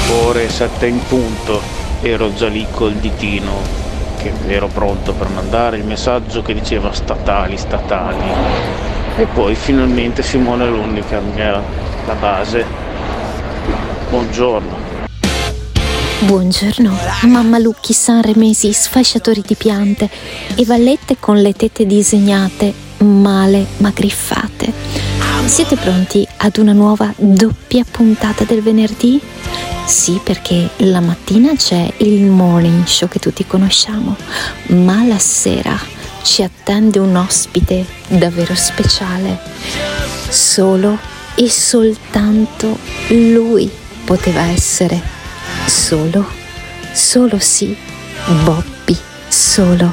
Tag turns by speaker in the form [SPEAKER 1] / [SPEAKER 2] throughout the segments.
[SPEAKER 1] ore 7 in punto, ero già lì col ditino, che ero pronto per mandare il messaggio che diceva statali. E poi finalmente Simone Alunni cambia la base. Buongiorno.
[SPEAKER 2] Buongiorno, mamma Lucchi sanremesi sfasciatori di piante e vallette con le tette disegnate, male ma griffate. Siete pronti ad una nuova doppia puntata del venerdì? Sì, perché la mattina c'è il morning show che tutti conosciamo, ma la sera ci attende un ospite davvero speciale. Solo e soltanto lui poteva essere. Solo sì, Bobby Solo.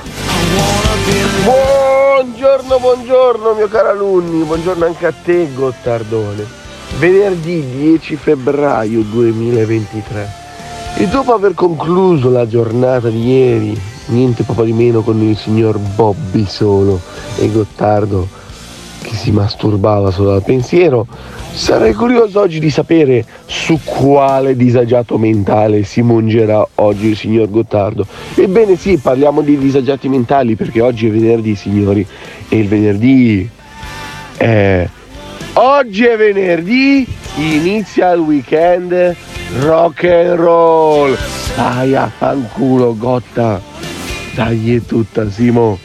[SPEAKER 3] Buongiorno mio caro Alunni, buongiorno anche a te Gottardone. Venerdì 10 febbraio 2023 e dopo aver concluso la giornata di ieri, niente poco di meno con il signor Bobby Solo e Gottardo che si masturbava solo al pensiero, sarei curioso oggi di sapere su quale disagiato mentale si mungerà oggi il signor Gottardo. Ebbene sì, parliamo di disagiati mentali perché oggi è venerdì, signori, e il venerdì è... Oggi è venerdì, inizia il weekend rock and roll. Dai a fanculo Gotta, dai è tutta Simo.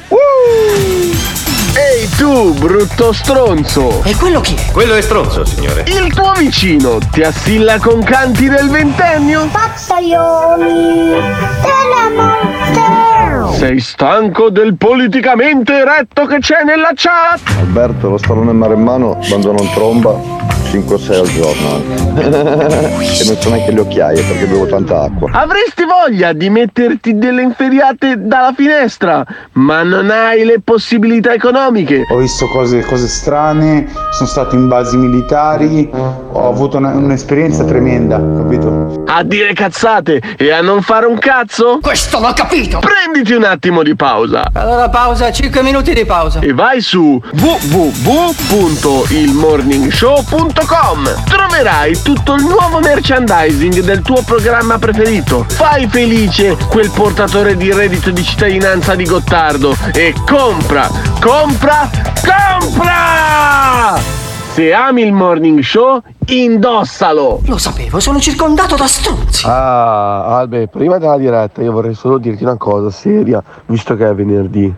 [SPEAKER 3] Ehi tu, brutto stronzo!
[SPEAKER 4] E quello chi è?
[SPEAKER 5] Quello è stronzo, signore.
[SPEAKER 3] Il tuo vicino ti assilla con canti del ventennio?
[SPEAKER 6] Pazzaioli della morte!
[SPEAKER 3] Sei stanco del politicamente eretto che c'è nella chat?
[SPEAKER 7] Alberto, lo stallone maremmano quando non tromba 5 o 6 al giorno anche. E non so neanche le occhiaie perché bevo tanta acqua.
[SPEAKER 3] Avresti voglia di metterti delle inferriate dalla finestra, ma non hai le possibilità economiche.
[SPEAKER 8] Ho visto cose strane, sono stato in basi militari, ho avuto un'esperienza tremenda, capito?
[SPEAKER 3] A dire cazzate e a non fare un cazzo?
[SPEAKER 4] Questo l'ho capito!
[SPEAKER 3] Prenditi un attimo di pausa.
[SPEAKER 4] Allora pausa, 5 minuti di pausa.
[SPEAKER 3] E vai su www.ilmorningshow.com. Troverai tutto il nuovo merchandising del tuo programma preferito. Fai felice quel portatore di reddito di cittadinanza di Gottardo e compra! Se ami il morning show, indossalo!
[SPEAKER 4] Lo sapevo, sono circondato da stronzi.
[SPEAKER 3] Ah, Albe, prima della diretta io vorrei solo dirti una cosa seria, visto che è venerdì.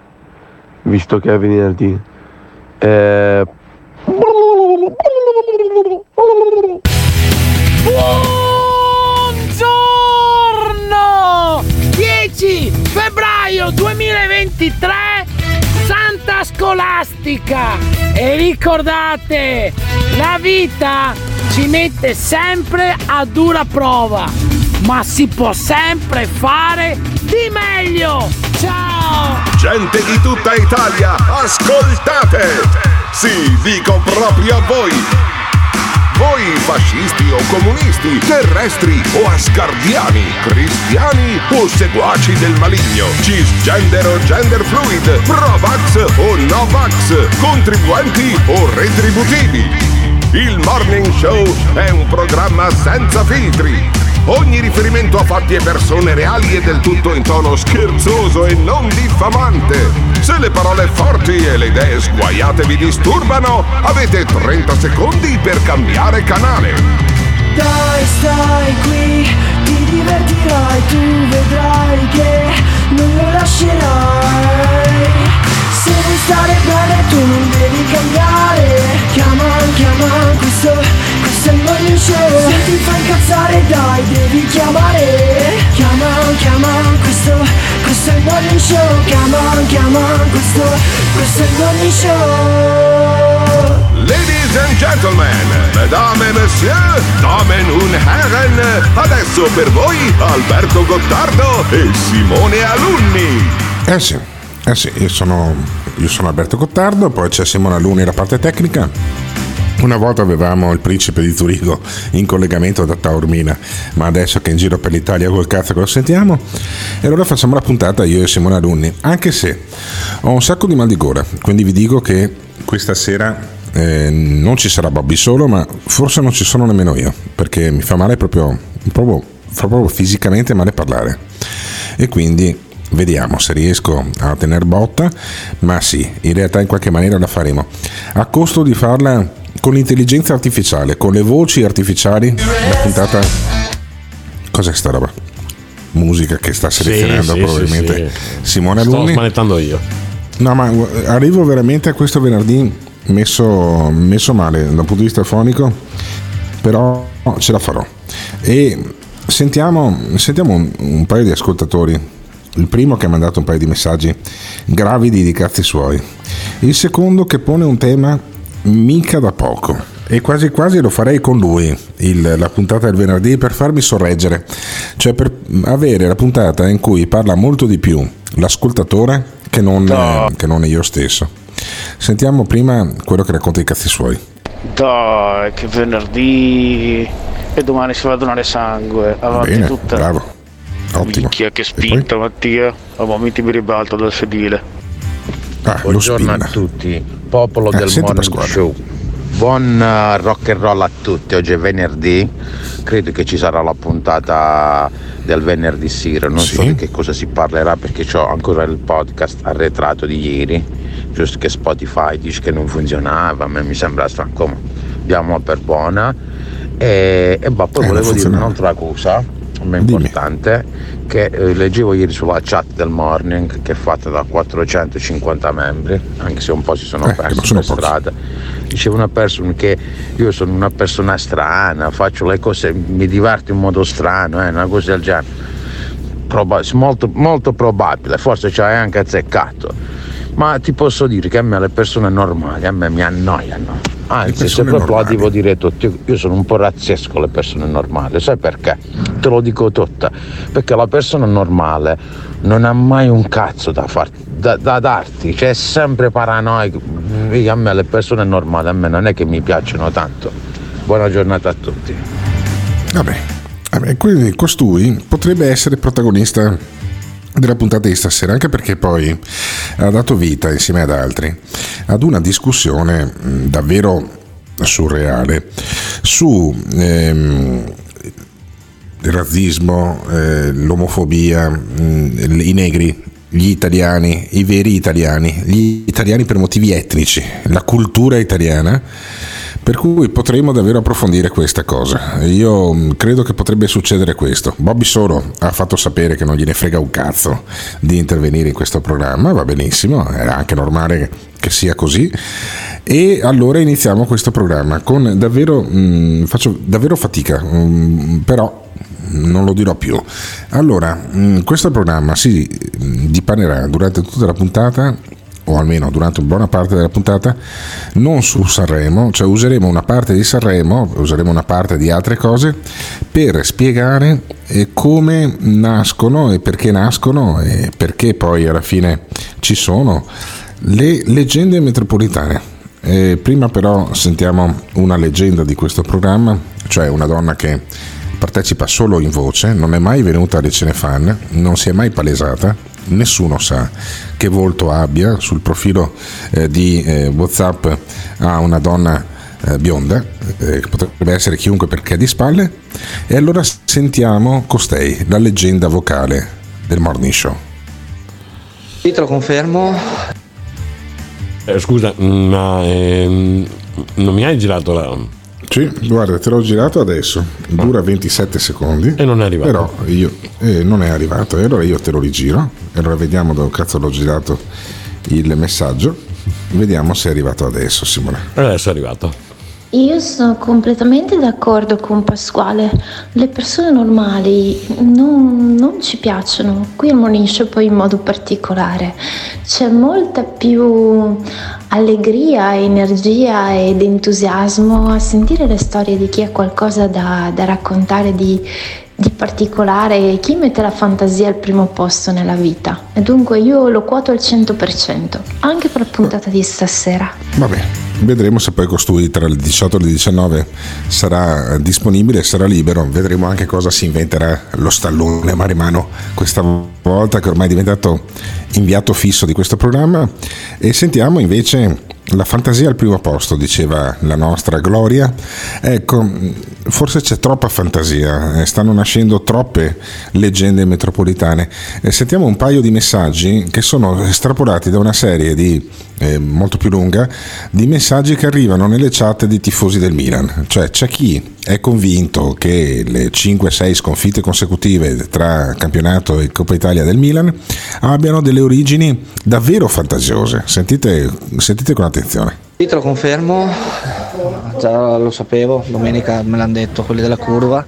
[SPEAKER 9] Buongiorno! 10 febbraio 2023, Santa Scolastica! E ricordate, la vita ci mette sempre a dura prova, ma si può sempre fare di meglio! Ciao!
[SPEAKER 10] Gente di tutta Italia, ascoltate! Sì, dico proprio a voi! Voi fascisti o comunisti, terrestri o asgardiani, cristiani o seguaci del maligno, cisgender o gender fluid, pro-vax o no-vax, contribuenti o retributivi. Il Morning Show è un programma senza filtri. Ogni riferimento a fatti e persone reali è del tutto in tono scherzoso e non diffamante. Se le parole forti e le idee sguaiate vi disturbano, avete 30 secondi per cambiare canale.
[SPEAKER 6] Dai, stai qui, ti divertirai, tu vedrai che non lo lascerai. Se vuoi stare bene tu non devi cambiare. Chiama, questo è il morning show. Se ti fa incazzare dai, devi chiamare. Chiama, questo è il morning show. Chiama, questo è il morning show.
[SPEAKER 10] Ladies and gentlemen, mesdames et messieurs, damen und herren, adesso per voi Alberto Gottardo e Simone Alunni.
[SPEAKER 11] Sì, io sono Alberto Gottardo, poi c'è Simone Alunni la parte tecnica. Una volta avevamo il principe di Zurigo in collegamento da Taormina, ma adesso che è in giro per l'Italia col cazzo che lo sentiamo, e allora facciamo la puntata io e Simone Alunni, anche se ho un sacco di mal di gola, quindi vi dico che questa sera non ci sarà Bobby Solo, ma forse non ci sono nemmeno io, perché mi fa male proprio proprio fisicamente male parlare, e quindi vediamo se riesco a tener botta, ma sì, in realtà in qualche maniera la faremo, a costo di farla con l'intelligenza artificiale, con le voci artificiali. La puntata, cos'è sta roba? Musica che sta selezionando probabilmente Simone Alunni.
[SPEAKER 5] Sto smanettando io.
[SPEAKER 11] No, ma arrivo veramente a questo venerdì messo male dal punto di vista fonico, però ce la farò. E sentiamo un paio di ascoltatori. Il primo che ha mandato un paio di messaggi gravidi di cazzi suoi, il secondo che pone un tema mica da poco, e quasi quasi lo farei con lui la puntata del venerdì, per farmi sorreggere, cioè per avere la puntata in cui parla molto di più l'ascoltatore che non io stesso. Sentiamo prima quello che racconta i cazzi suoi.
[SPEAKER 1] Dai, che venerdì, e domani si va a donare sangue. Avanti.
[SPEAKER 11] Bene,
[SPEAKER 1] tutta.
[SPEAKER 11] bravo. Ottimo.
[SPEAKER 1] Minchia, che spinta, Mattia. A momenti mi ribalto dal sedile.
[SPEAKER 12] Buongiorno a tutti, popolo del Morning
[SPEAKER 11] Pasquale.
[SPEAKER 12] Show. Buon rock and roll a tutti. Oggi è venerdì, credo che ci sarà la puntata del venerdì sera. Non so di che cosa si parlerà, perché ho ancora il podcast arretrato di ieri, giusto che Spotify dice che non funzionava. A me mi sembra stanco, diamo per buona. E poi volevo dire un'altra cosa importante, che leggevo ieri sulla chat del Morning, che è fatta da 450 membri, anche se un po' si sono persi per strada. Diceva una persona che io sono una persona strana, faccio le cose, mi diverto in modo strano, una cosa del genere. Molto, molto probabile, forse ci hai anche azzeccato, ma ti posso dire che a me le persone normali a me mi annoiano. Anzi, se proprio la devo dire tutto, io sono un po' razzesco con le persone normali. Sai perché? Te lo dico tutta. Perché la persona normale non ha mai un cazzo da darti, cioè è sempre paranoico. A me le persone normali, a me non è che mi piacciono tanto. Buona giornata a tutti.
[SPEAKER 11] Vabbè, quindi costui potrebbe essere protagonista della puntata di stasera, anche perché poi ha dato vita, insieme ad altri, ad una discussione davvero surreale su il razzismo, l'omofobia, i negri, gli italiani, i veri italiani, gli italiani per motivi etnici, la cultura italiana. Per cui potremo davvero approfondire questa cosa. Io credo che potrebbe succedere questo. Bobby Solo ha fatto sapere che non gliene frega un cazzo di intervenire in questo programma, va benissimo, era anche normale che sia così. E allora iniziamo questo programma con davvero, faccio davvero fatica, però non lo dirò più. Allora, questo programma si dipanerà durante tutta la puntata, o almeno durante una buona parte della puntata, non su Sanremo, cioè useremo una parte di Sanremo, useremo una parte di altre cose per spiegare come nascono e perché poi alla fine ci sono le leggende metropolitane. Prima però sentiamo una leggenda di questo programma, cioè una donna che partecipa solo in voce, non è mai venuta alle Cinefan, non si è mai palesata, nessuno sa che volto abbia. Sul profilo di WhatsApp ha una donna bionda, potrebbe essere chiunque perché è di spalle. E allora sentiamo costei, la leggenda vocale del Morning Show.
[SPEAKER 13] Sì, te lo confermo.
[SPEAKER 5] Scusa, ma non mi hai girato la...
[SPEAKER 11] Sì, guarda, te l'ho girato adesso, dura 27 secondi.
[SPEAKER 5] E non è arrivato.
[SPEAKER 11] Però io non è arrivato, e allora io te lo rigiro. E allora vediamo dove cazzo l'ho girato il messaggio. Vediamo se è arrivato adesso, Simone.
[SPEAKER 5] Adesso è arrivato.
[SPEAKER 2] Io sono completamente d'accordo con Pasquale. Le persone normali non ci piacciono. Qui al Morning Show poi in modo particolare c'è molta più allegria, energia ed entusiasmo a sentire le storie di chi ha qualcosa da raccontare di particolare, chi mette la fantasia al primo posto nella vita. E dunque io lo quoto al 100%, anche per la puntata di stasera.
[SPEAKER 11] Vabbè, vedremo se poi costui tra le 18 e le 19 sarà disponibile, sarà libero. Vedremo anche cosa si inventerà lo stallone Marimano questa volta, che ormai è diventato inviato fisso di questo programma. E sentiamo invece La fantasia al primo posto, diceva la nostra Gloria. Ecco, forse c'è troppa fantasia, stanno nascendo troppe leggende metropolitane. Sentiamo un paio di messaggi che sono estrapolati da una serie di molto più lunga di messaggi che arrivano nelle chat di tifosi del Milan. Cioè c'è chi è convinto che le 5-6 sconfitte consecutive tra campionato e Coppa Italia del Milan abbiano delle origini davvero fantasiose. Sentite con attenzione.
[SPEAKER 13] Sì, te lo confermo, già lo sapevo, domenica me l'hanno detto quelli della curva.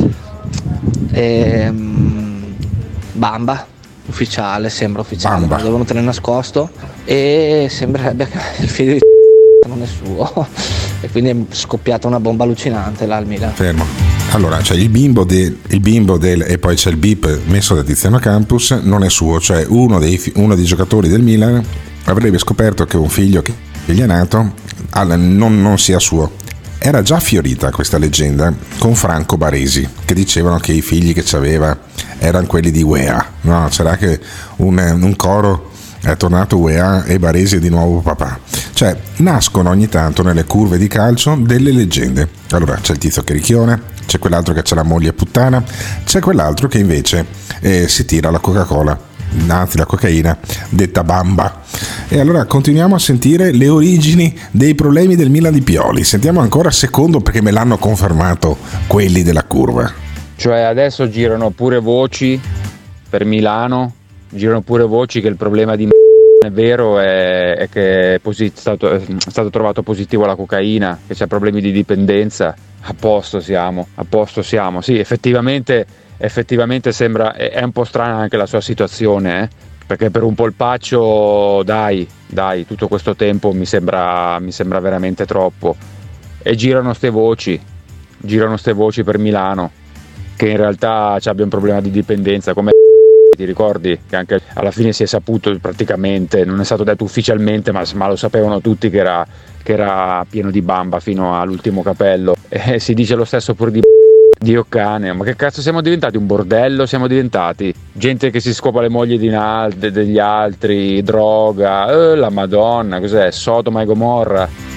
[SPEAKER 13] Bamba, sembra ufficiale,
[SPEAKER 11] Bamba.
[SPEAKER 13] lo devono tenere nascosto e sembrerebbe che il figlio di non è suo e quindi è scoppiata una bomba allucinante là al Milan.
[SPEAKER 11] Fermo. Allora c'è il bimbo del e poi c'è il bip messo da Tiziano Campus, non è suo, cioè uno dei giocatori del Milan avrebbe scoperto che un figlio che gli è nato non sia suo. Era già fiorita questa leggenda con Franco Baresi, che dicevano che i figli che c'aveva erano quelli di UEA. No, c'era anche un coro, è tornato UEA e Baresi è di nuovo papà. Cioè nascono ogni tanto nelle curve di calcio delle leggende. Allora c'è il tizio che richiona, c'è quell'altro che c'ha la moglie puttana, c'è quell'altro che invece si tira la Coca-Cola, anzi la cocaina, detta Bamba. E allora continuiamo a sentire le origini dei problemi del Milan di Pioli. Sentiamo ancora secondo, perché me l'hanno confermato quelli della curva.
[SPEAKER 14] Cioè adesso girano pure voci per Milano, girano pure voci che il problema di è vero è che è stato trovato positivo la cocaina, che c'è problemi di dipendenza. A posto siamo. Sì, effettivamente sembra, è un po' strana anche la sua situazione, perché per un polpaccio dai, tutto questo tempo mi sembra veramente troppo. E girano ste voci per Milano, che in realtà abbia un problema di dipendenza, come ti ricordi che anche alla fine si è saputo, praticamente non è stato detto ufficialmente, ma lo sapevano tutti che era pieno di bamba fino all'ultimo capello. E si dice lo stesso pure di Dio cane. Ma che cazzo siamo diventati? Un bordello siamo diventati? Gente che si scopa le mogli degli altri, droga, la Madonna, cos'è? Sodoma e Gomorra.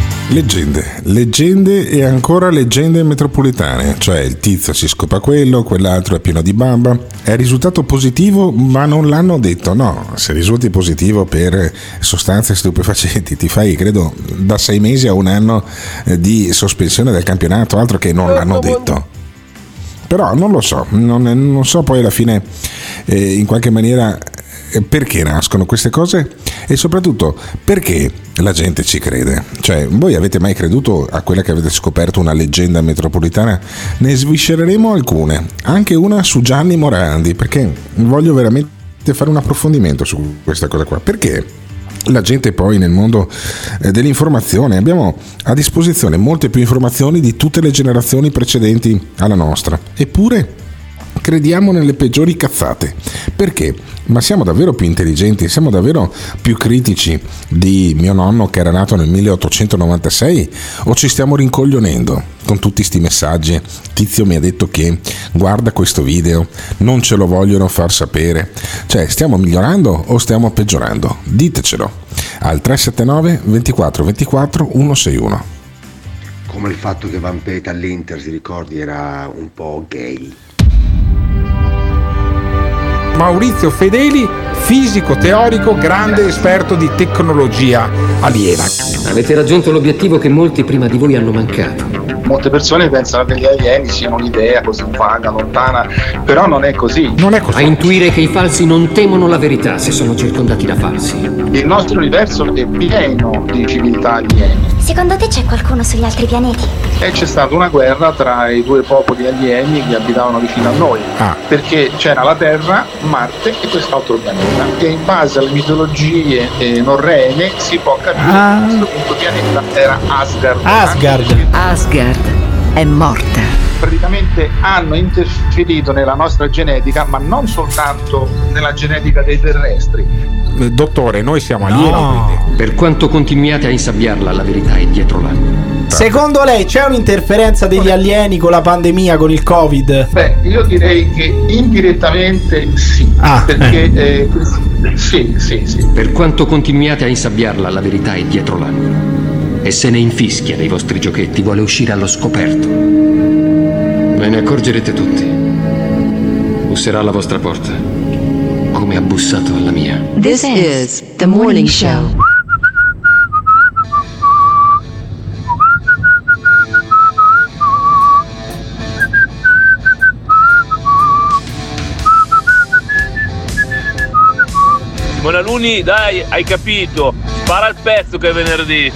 [SPEAKER 11] Leggende e ancora leggende metropolitane, cioè il tizio si scopa quell'altro è pieno di bamba, è risultato positivo ma non l'hanno detto. No, se risulti positivo per sostanze stupefacenti ti fai, credo, da 6 mesi a 1 anno di sospensione del campionato, altro che non l'hanno detto. Però non lo so, non so poi alla fine in qualche maniera perché nascono queste cose e soprattutto perché la gente ci crede. Cioè, voi avete mai creduto a quella che avete scoperto una leggenda metropolitana? Ne sviscereremo alcune, anche una su Gianni Morandi, perché voglio veramente fare un approfondimento su questa cosa qua. Perché la gente poi nel mondo dell'informazione, abbiamo a disposizione molte più informazioni di tutte le generazioni precedenti alla nostra, eppure crediamo nelle peggiori cazzate. Perché? Ma siamo davvero più intelligenti, siamo davvero più critici di mio nonno che era nato nel 1896, o ci stiamo rincoglionendo con tutti sti messaggi? Tizio mi ha detto che, guarda questo video, non ce lo vogliono far sapere. Cioè, stiamo migliorando o stiamo peggiorando? Ditecelo al 379 24 24 161.
[SPEAKER 15] Come il fatto che Vampeta all'Inter, si ricordi, era un po' gay.
[SPEAKER 16] Maurizio Fedeli, fisico teorico, grande esperto di tecnologia aliena.
[SPEAKER 17] Avete raggiunto l'obiettivo che molti prima di voi hanno mancato.
[SPEAKER 18] Molte persone pensano che gli alieni siano un'idea così vaga, lontana, però non è così.
[SPEAKER 17] A intuire che i falsi non temono la verità se sono circondati da falsi.
[SPEAKER 18] Il nostro universo è pieno di civiltà alieni.
[SPEAKER 19] Secondo te c'è qualcuno sugli altri pianeti?
[SPEAKER 18] E c'è stata una guerra tra i 2 popoli alieni che abitavano vicino a noi, perché c'era la Terra, Marte e quest'altro pianeta. E in base alle mitologie norrene si può capire che questo pianeta era Asgard.
[SPEAKER 20] Asgard è morta.
[SPEAKER 18] Praticamente hanno interferito nella nostra genetica, ma non soltanto nella genetica dei terrestri,
[SPEAKER 16] dottore, noi siamo alieni, quindi.
[SPEAKER 17] Per quanto continuiate a insabbiarla, la verità è dietro l'angolo.
[SPEAKER 2] Secondo lei c'è un'interferenza degli alieni con la pandemia, con il Covid?
[SPEAKER 18] Beh, io direi che indirettamente sì, perché sì.
[SPEAKER 17] Per quanto continuiate a insabbiarla, la verità è dietro l'angolo. E se ne infischia dei vostri giochetti, vuole uscire allo scoperto. Ve ne accorgerete tutti. Busserà alla vostra porta, come ha bussato alla mia.
[SPEAKER 20] This is the morning show.
[SPEAKER 21] Monaluni, dai, hai capito, spara il pezzo che è venerdì.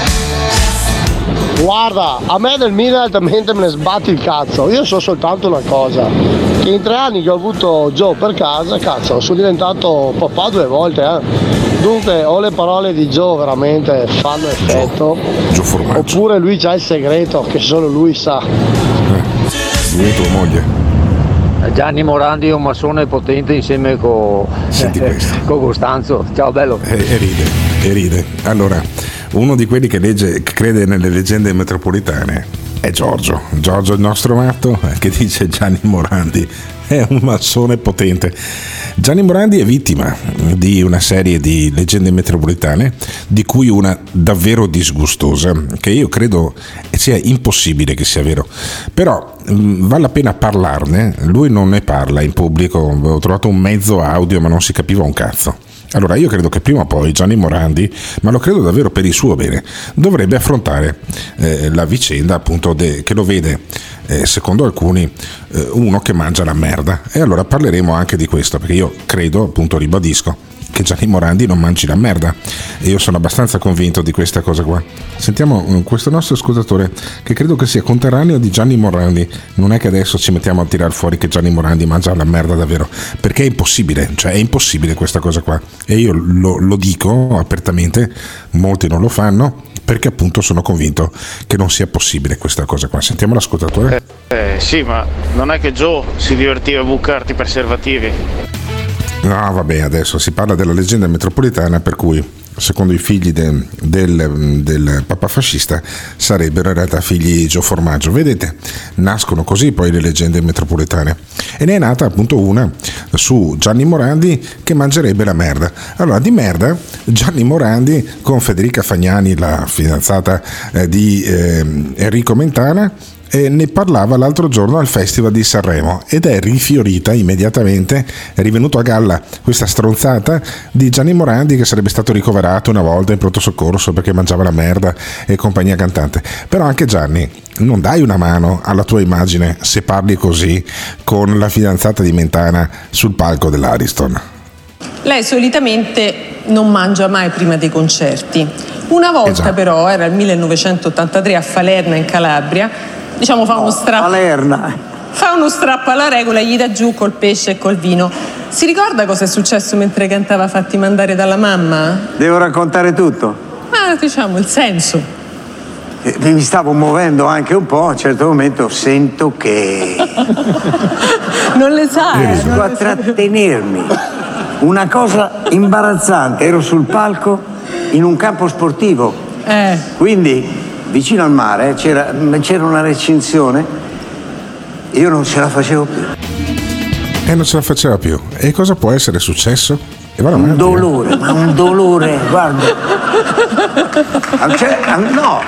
[SPEAKER 3] Guarda, a me del Milan altamente me ne sbatti il cazzo. Io so soltanto una cosa, che in 3 anni che ho avuto Joe per casa, cazzo, sono diventato papà 2 volte, Dunque, o le parole di Joe veramente fanno effetto, oppure lui c'ha il segreto che solo lui sa.
[SPEAKER 11] Lui e tua moglie.
[SPEAKER 13] Gianni Morandi è un massone potente insieme con Costanzo. Ciao bello.
[SPEAKER 11] E ride. Allora, uno di quelli che crede nelle leggende metropolitane è Giorgio il nostro matto, che dice Gianni Morandi è un massone potente. Gianni Morandi è vittima di una serie di leggende metropolitane, di cui una davvero disgustosa, che io credo sia impossibile che sia vero, però vale la pena parlarne. Lui non ne parla in pubblico, ho trovato un mezzo audio ma non si capiva un cazzo. Allora io credo che prima o poi Gianni Morandi, ma lo credo davvero per il suo bene, dovrebbe affrontare la vicenda appunto che lo vede, secondo alcuni, uno che mangia la merda. E allora parleremo anche di questo, perché io credo, appunto ribadisco, che Gianni Morandi non mangi la merda, e io sono abbastanza convinto di questa cosa qua. Sentiamo questo nostro ascoltatore, che credo che sia conterraneo di Gianni Morandi. Non è che adesso ci mettiamo a tirar fuori che Gianni Morandi mangia la merda davvero, perché è impossibile, cioè è impossibile questa cosa qua, e io lo dico apertamente, molti non lo fanno, perché appunto sono convinto che non sia possibile questa cosa qua. Sentiamo l'ascoltatore.
[SPEAKER 1] Sì, ma non è che Joe si divertiva a bucarti i preservativi?
[SPEAKER 11] No, vabbè, adesso si parla della leggenda metropolitana per cui, secondo i figli del papà fascista, sarebbero in realtà figli di Gio Formaggio. Vedete, nascono così poi le leggende metropolitane, e ne è nata appunto una su Gianni Morandi che mangerebbe la merda. Allora, di merda Gianni Morandi con Federica Fagnani, la fidanzata di Enrico Mentana, ne parlava l'altro giorno al Festival di Sanremo, ed è rifiorita immediatamente, è rivenuto a galla questa stronzata di Gianni Morandi, che sarebbe stato ricoverato una volta in pronto soccorso perché mangiava la merda e compagnia cantante. Però anche Gianni, non dai una mano alla tua immagine se parli così con la fidanzata di Mentana sul palco dell'Ariston.
[SPEAKER 22] Lei solitamente non mangia mai prima dei concerti. Una volta però, era il 1983 a Falerna in Calabria, diciamo fa uno strappo alla regola, gli dà giù col pesce e col vino. Si ricorda cosa è successo mentre cantava Fatti mandare dalla mamma?
[SPEAKER 23] Devo raccontare tutto?
[SPEAKER 22] Ma diciamo il senso.
[SPEAKER 23] Mi stavo muovendo anche un po', a un certo momento sento che...
[SPEAKER 22] Non le sa.
[SPEAKER 23] Riesco a trattenermi. Una cosa imbarazzante, ero sul palco in un campo sportivo. Quindi... vicino al mare c'era una recinzione, io non ce la facevo più.
[SPEAKER 11] E non ce la faceva più. E cosa può essere successo?
[SPEAKER 23] Un dolore, ma un dolore, guarda. No.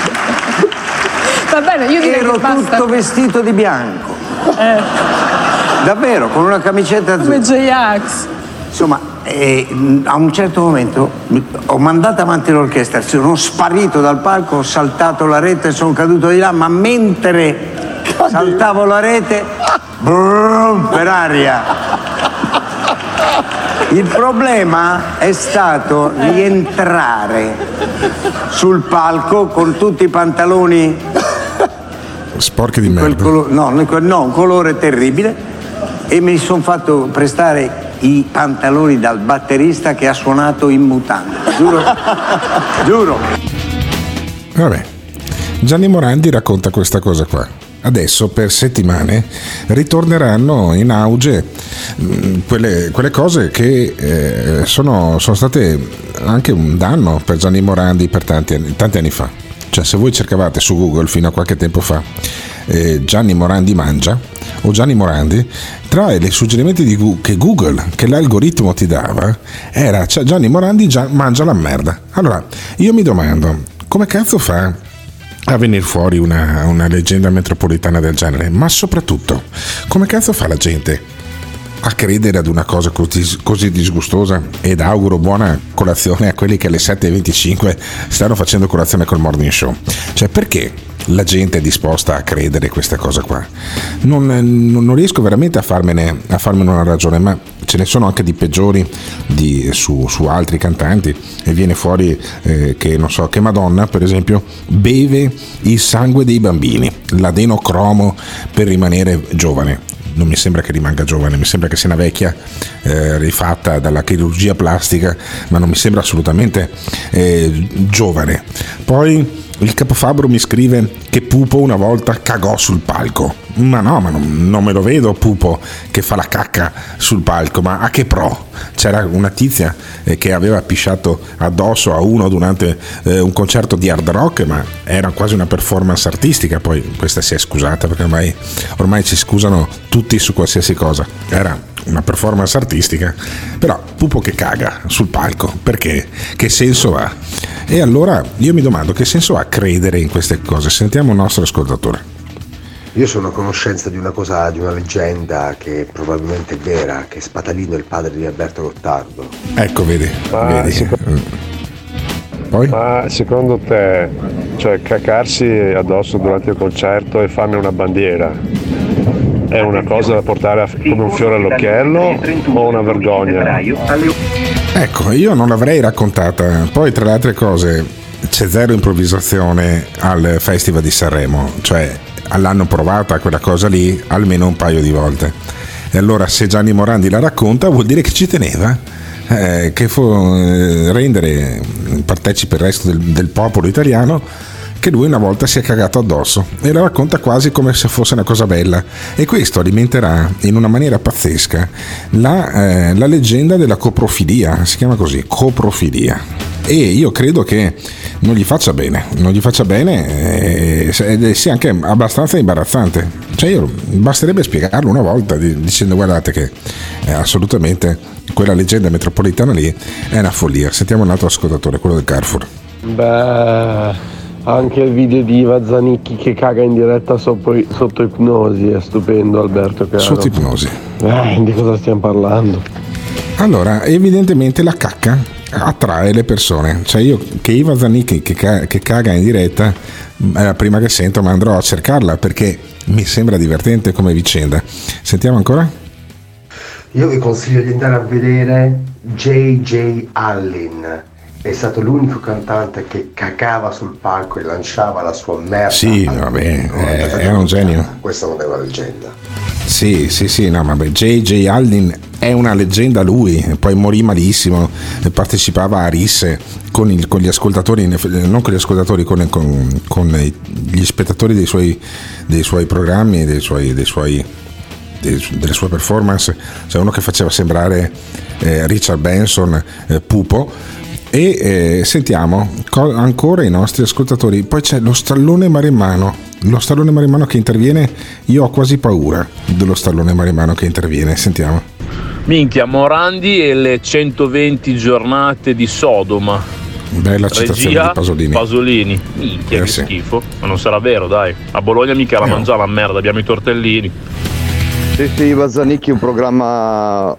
[SPEAKER 22] Va bene, io direi
[SPEAKER 23] ero
[SPEAKER 22] che basta.
[SPEAKER 23] Tutto vestito di bianco. Davvero, con una camicetta azzurra.
[SPEAKER 22] Come J-Ax.
[SPEAKER 23] Insomma, a un certo momento ho mandato avanti l'orchestra, sono sparito dal palco, ho saltato la rete e sono caduto di là, ma mentre saltavo la rete, per aria. Il problema è stato rientrare sul palco con tutti i pantaloni
[SPEAKER 11] sporchi di merda.
[SPEAKER 23] Un colore terribile, e mi sono fatto prestare i pantaloni dal batterista che ha suonato in mutande, giuro.
[SPEAKER 11] Vabbè, Gianni Morandi racconta questa cosa qua. adesso per settimane ritorneranno in auge quelle cose che sono state anche un danno per Gianni Morandi per tanti anni fa. Cioè, se voi cercavate su Google fino a qualche tempo fa Gianni Morandi mangia o Gianni Morandi, tra i suggerimenti che Google, che l'algoritmo ti dava, era Gianni Morandi mangia la merda. Allora io mi domando, come cazzo fa a venire fuori una leggenda metropolitana del genere? Ma soprattutto, come cazzo fa la gente a credere ad una cosa così disgustosa? Ed auguro buona colazione a quelli che alle 7:25 stanno facendo colazione col Morning Show. Cioè, perché la gente è disposta a credere questa cosa qua? Non riesco veramente a farmene una ragione, ma ce ne sono anche di peggiori su altri cantanti, e viene fuori che non so, che Madonna per esempio beve il sangue dei bambini, l'adenocromo, per rimanere giovane. Non mi sembra che rimanga giovane, mi sembra che sia una vecchia rifatta dalla chirurgia plastica, ma non mi sembra assolutamente giovane. Poi il capofabbro mi scrive che Pupo una volta cagò sul palco. Ma no, ma non me lo vedo Pupo che fa la cacca sul palco, ma a che pro? C'era una tizia che aveva pisciato addosso a uno durante un concerto di hard rock, ma era quasi una performance artistica. Poi questa si è scusata, perché ormai ci scusano tutti su qualsiasi cosa. Era una performance artistica, però Pupo che caga sul palco, perché? Che senso ha? E allora io mi domando, che senso ha credere in queste cose? Sentiamo il nostro ascoltatore.
[SPEAKER 15] Io sono a conoscenza di una leggenda che probabilmente è vera, che Spatalino è il padre di Alberto Gottardo.
[SPEAKER 11] Ecco, vedi. Poi?
[SPEAKER 4] Ma secondo te, cioè, cacarsi addosso durante il concerto e farne una bandiera è una cosa da portare come un fiore all'occhiello o una vergogna?
[SPEAKER 11] Ecco, io non l'avrei raccontata. Poi, tra le altre cose, c'è zero improvvisazione al Festival di Sanremo, cioè l'hanno provata quella cosa lì almeno un paio di volte. E allora, se Gianni Morandi la racconta, vuol dire che ci teneva, che rendere partecipe il resto del popolo italiano che lui una volta si è cagato addosso, e la racconta quasi come se fosse una cosa bella, e questo alimenterà in una maniera pazzesca la leggenda della coprofilia. Si chiama così, coprofilia, e io credo che non gli faccia bene ed sia anche abbastanza imbarazzante. Cioè, basterebbe spiegarlo una volta dicendo: guardate che assolutamente quella leggenda metropolitana lì è una follia. Sentiamo un altro ascoltatore, quello del Carrefour.
[SPEAKER 3] Beh, anche il video di Iva Zanicchi che caga in diretta sotto ipnosi è stupendo, Alberto, caro.
[SPEAKER 11] Sotto ipnosi?
[SPEAKER 3] Di cosa stiamo parlando?
[SPEAKER 11] Allora, evidentemente la cacca attrae le persone. Cioè, io che Iva Zanicchi che caga in diretta è la prima che sento, ma andrò a cercarla perché mi sembra divertente come vicenda. Sentiamo ancora?
[SPEAKER 15] Io vi consiglio di andare a vedere J.J. Allin. È stato l'unico cantante che cacava sul palco e lanciava la sua merda.
[SPEAKER 11] Sì, vabbè, è un genio.
[SPEAKER 15] Questa non è una leggenda.
[SPEAKER 11] Sì, no, vabbè, J.J. Allin è una leggenda lui, poi morì malissimo, partecipava a risse con gli ascoltatori, non con gli ascoltatori, con gli spettatori dei suoi programmi, delle sue performance. C'è uno che faceva sembrare Richard Benson, Pupo. E sentiamo ancora i nostri ascoltatori. Poi c'è lo stallone maremmano che interviene. Io ho quasi paura dello stallone maremmano che interviene. Sentiamo.
[SPEAKER 21] Minchia, Morandi e le 120 giornate di Sodoma.
[SPEAKER 11] Bella citazione di
[SPEAKER 21] Pasolini. Minchia, che schifo. Ma non sarà vero, dai. A Bologna mica la mangiava la merda, abbiamo i tortellini.
[SPEAKER 7] Sì, Iva Zanicchi, un programma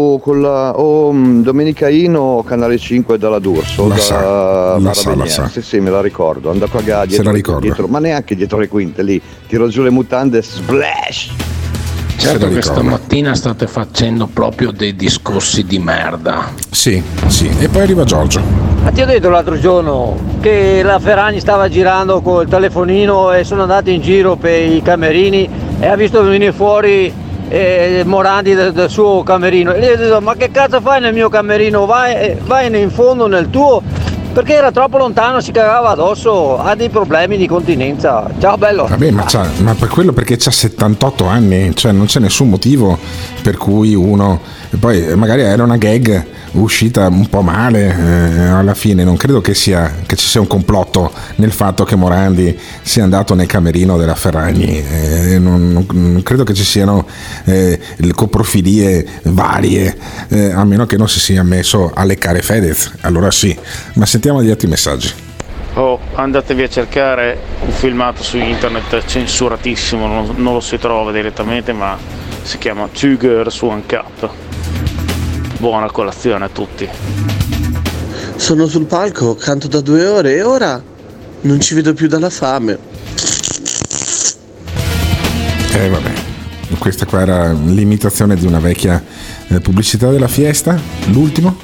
[SPEAKER 7] Domenica Ino, Canale 5 dalla D'Urso,
[SPEAKER 11] la sa.
[SPEAKER 7] Sì, me la ricordo, andavo a cagare dietro, ma neanche dietro le quinte, lì tiro giù le mutande, splash.
[SPEAKER 9] Certo che stamattina state facendo proprio dei discorsi di merda.
[SPEAKER 11] Sì, e poi arriva Giorgio.
[SPEAKER 8] Ma ti ho detto l'altro giorno che la Ferragni stava girando col telefonino e sono andati in giro per i camerini e ha visto venire fuori Morandi del suo camerino, e gli ho detto: ma che cazzo fai nel mio camerino? Vai in fondo nel tuo perché era troppo lontano, si cagava addosso, ha dei problemi di continenza. Ciao bello.
[SPEAKER 11] Vabbè, ma per quello perché c'ha 78 anni, cioè non c'è nessun motivo per cui uno, e poi magari era una gag uscita un po' male, alla fine non credo che ci sia un complotto nel fatto che Morandi sia andato nel camerino della Ferragni, non credo che ci siano le coprofilie varie, a meno che non si sia messo a leccare Fedez, allora sì. Ma sentiamo gli altri messaggi.
[SPEAKER 1] Andatevi a cercare un filmato su internet censuratissimo, non lo si trova direttamente, ma si chiama Two Girls One Cup. Buona colazione a tutti.
[SPEAKER 6] Sono sul palco, canto da 2 ore e ora non ci vedo più dalla fame.
[SPEAKER 11] Vabbè, questa qua era l'imitazione di una vecchia pubblicità della Fiesta, l'ultimo.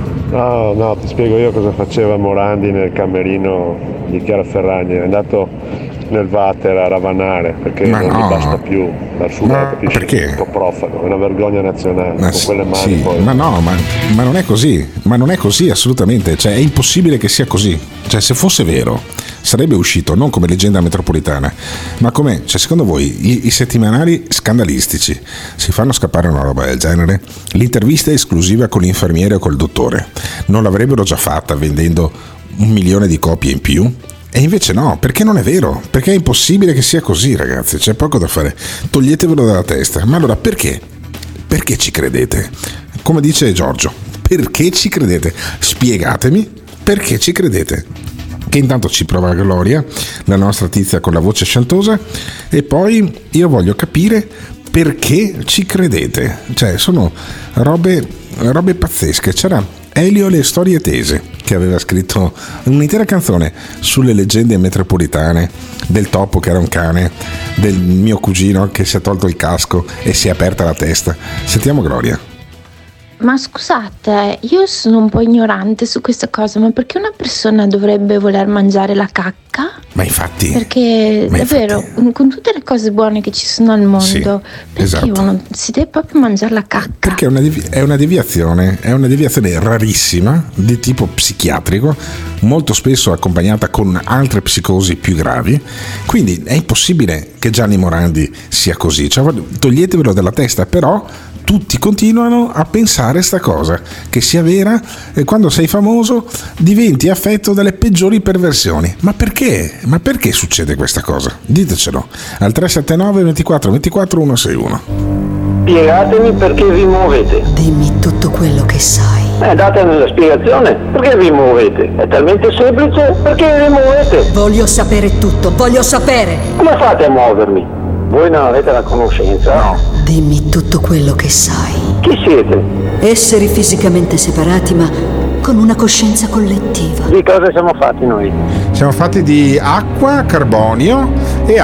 [SPEAKER 4] No, ti spiego io cosa faceva Morandi nel camerino di Chiara Ferragni. È andato nel water a ravanare perché non gli basta più dal sudare, capisci?
[SPEAKER 11] Perché?
[SPEAKER 4] Un po' profano, è una vergogna nazionale, con quelle mani
[SPEAKER 11] sì,
[SPEAKER 4] poi.
[SPEAKER 11] ma non è così, assolutamente, cioè è impossibile che sia così, cioè se fosse vero sarebbe uscito non come leggenda metropolitana, ma come, cioè secondo voi i settimanali scandalistici si fanno scappare una roba del genere? L'intervista esclusiva con l'infermiere o col dottore non l'avrebbero già fatta vendendo 1 milione di copie in più? E invece no, perché non è vero, perché è impossibile che sia così, ragazzi, c'è poco da fare, toglietevelo dalla testa. Ma allora perché? Perché ci credete? Come dice Giorgio, perché ci credete? Spiegatemi perché ci credete. Che intanto ci prova Gloria, la nostra tizia con la voce sciantosa, e poi io voglio capire perché ci credete. Cioè sono robe pazzesche. C'era Elio e le storie tese, che aveva scritto un'intera canzone sulle leggende metropolitane, del topo che era un cane, del mio cugino che si è tolto il casco e si è aperta la testa. Sentiamo Gloria.
[SPEAKER 2] Ma scusate, io sono un po' ignorante su questa cosa, ma perché una persona dovrebbe voler mangiare la cacca?
[SPEAKER 11] Ma infatti...
[SPEAKER 2] Perché davvero, con tutte le cose buone che ci sono al mondo,
[SPEAKER 11] sì,
[SPEAKER 2] perché
[SPEAKER 11] esatto.
[SPEAKER 2] Uno si deve proprio mangiare la cacca?
[SPEAKER 11] Perché è una deviazione rarissima, di tipo psichiatrico, molto spesso accompagnata con altre psicosi più gravi, quindi è impossibile che Gianni Morandi sia così, cioè, toglietevelo dalla testa, però tutti continuano a pensare sta cosa, che sia vera, e quando sei famoso diventi affetto dalle peggiori perversioni. Ma perché? Ma perché succede questa cosa? Ditecelo al 379 24 24 161.
[SPEAKER 10] Spiegatemi perché vi muovete.
[SPEAKER 20] Dimmi tutto quello che sai.
[SPEAKER 10] Datemi la spiegazione. Perché vi muovete? È talmente semplice. Perché vi muovete?
[SPEAKER 20] Voglio sapere tutto, voglio sapere.
[SPEAKER 10] Come fate a muovermi? Voi non avete la conoscenza? No.
[SPEAKER 20] Dimmi tutto quello che sai.
[SPEAKER 10] Chi siete?
[SPEAKER 20] Esseri fisicamente separati ma con una coscienza collettiva.
[SPEAKER 10] Di cosa siamo fatti noi?
[SPEAKER 16] Siamo fatti di acqua, carbonio e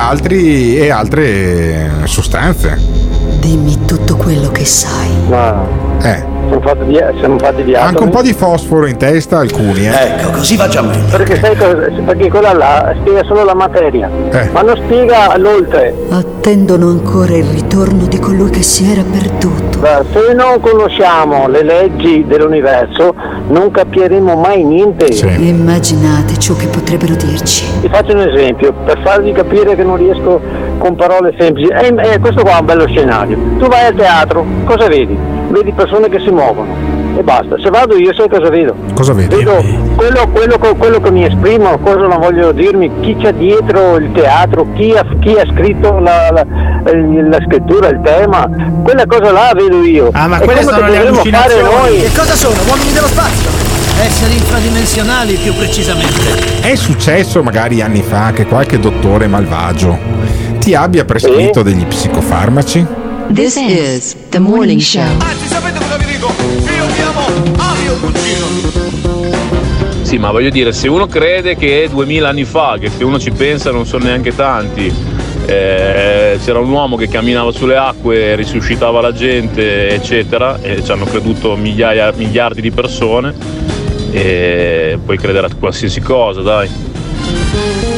[SPEAKER 16] altre sostanze.
[SPEAKER 20] Dimmi tutto quello che sai.
[SPEAKER 10] No. Siamo fatti di atomi.
[SPEAKER 16] Anche un po' di fosforo in testa alcuni.
[SPEAKER 10] Ecco, così va già meglio. Perché quella là spiega solo la materia, ma non spiega l'oltre.
[SPEAKER 20] Attendono ancora il ritorno di colui che si era perduto.
[SPEAKER 10] Se non conosciamo le leggi dell'universo non capiremo mai niente.
[SPEAKER 20] Sì. Immaginate ciò che potrebbero dirci.
[SPEAKER 10] Ti faccio un esempio per farvi capire che non riesco con parole semplici. Questo qua è un bello scenario. Tu vai al teatro, cosa vedi? Vedi persone che si muovono e basta. Se vado io, sai cosa vedo?
[SPEAKER 11] Cosa vedi?
[SPEAKER 10] Vedo quello che mi esprimo, cosa non voglio dirmi, chi c'è dietro il teatro, chi ha scritto la scrittura, il tema, quella cosa là vedo io.
[SPEAKER 12] Ma quelle sono le allucinazioni.
[SPEAKER 10] Noi.
[SPEAKER 12] Che cosa sono? Uomini dello spazio? Esseri infradimensionali, più precisamente.
[SPEAKER 16] È successo magari anni fa che qualche dottore malvagio ti abbia prescritto degli psicofarmaci?
[SPEAKER 20] This is the morning show.
[SPEAKER 12] Anzi, sapete cosa vi dico? Io mi amo mio cugino.
[SPEAKER 21] Sì, ma voglio dire, se uno crede che 2000 anni fa, che se uno ci pensa non sono neanche tanti, c'era un uomo che camminava sulle acque, risuscitava la gente, eccetera, e ci hanno creduto miliardi di persone, e puoi credere a qualsiasi cosa, dai.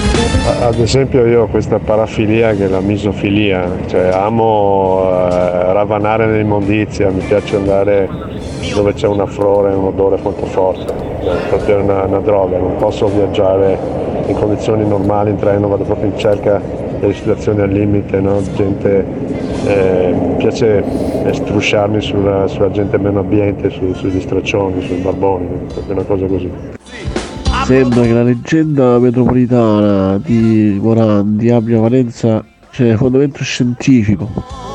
[SPEAKER 4] Ad esempio io ho questa parafilia che è la misofilia, cioè amo ravanare nell'immondizia, mi piace andare dove c'è una flora e un odore molto forte, è proprio una droga, non posso viaggiare in condizioni normali in treno, vado proprio in cerca delle situazioni al limite, no? Gente, mi piace strusciarmi sulla gente meno abbiente, sugli straccioni, sui barboni, proprio una cosa così.
[SPEAKER 6] Sembra che la leggenda metropolitana di Morandi abbia valenza, cioè fondamento scientifico.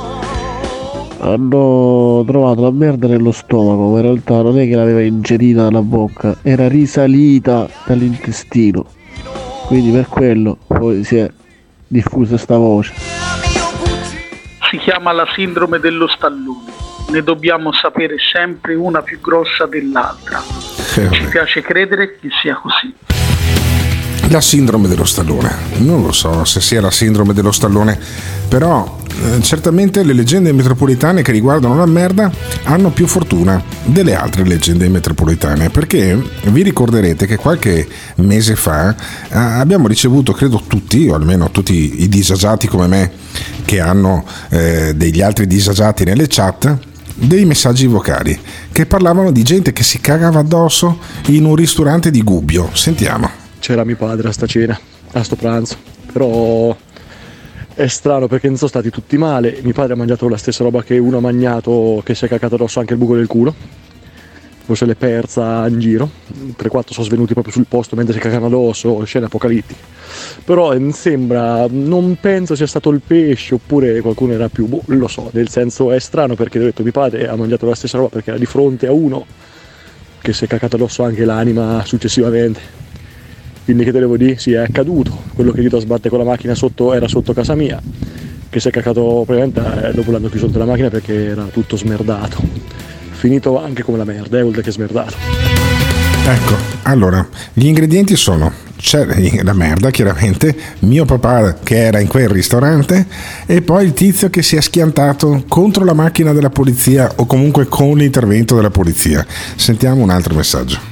[SPEAKER 6] Hanno trovato la merda nello stomaco, ma in realtà non è che l'aveva ingerita dalla bocca, era risalita dall'intestino. Quindi per quello poi si è diffusa sta voce.
[SPEAKER 18] Si chiama la sindrome dello stallone. Ne dobbiamo sapere sempre una più grossa dell'altra. Ci piace credere che sia così.
[SPEAKER 11] La sindrome dello stallone, non lo so se sia la sindrome dello stallone, però certamente le leggende metropolitane che riguardano la merda hanno più fortuna delle altre leggende metropolitane, perché vi ricorderete che qualche mese fa abbiamo ricevuto, credo tutti, o almeno tutti i disagiati come me che hanno degli altri disagiati nelle chat, dei messaggi vocali che parlavano di gente che si cagava addosso in un ristorante di Gubbio. Sentiamo.
[SPEAKER 5] C'era mio padre a sta cena, a sto pranzo, però è strano perché non sono stati tutti male. Mio padre ha mangiato la stessa roba che uno ha mangiato, che si è cacato addosso anche il buco del culo, forse l'è persa in giro, 3-4 sono svenuti proprio sul posto mentre si cagano addosso, scene apocalittiche. Però sembra, non penso sia stato il pesce oppure qualcuno era più, lo so, nel senso è strano perché ho detto mio padre ha mangiato la stessa roba perché era di fronte a uno che si è cacato addosso anche l'anima successivamente. Quindi che te devo dire? Sì, è accaduto. Quello che io sbatte con la macchina sotto era sotto casa mia, che si è cacato praticamente dopo l'hanno chiuso dentro la macchina perché era tutto smerdato. Finito anche come la merda, oltre che smerdato.
[SPEAKER 11] Ecco, allora, gli ingredienti sono: c'è la merda, chiaramente, mio papà che era in quel ristorante e poi il tizio che si è schiantato contro la macchina della polizia o comunque con l'intervento della polizia. Sentiamo un altro messaggio.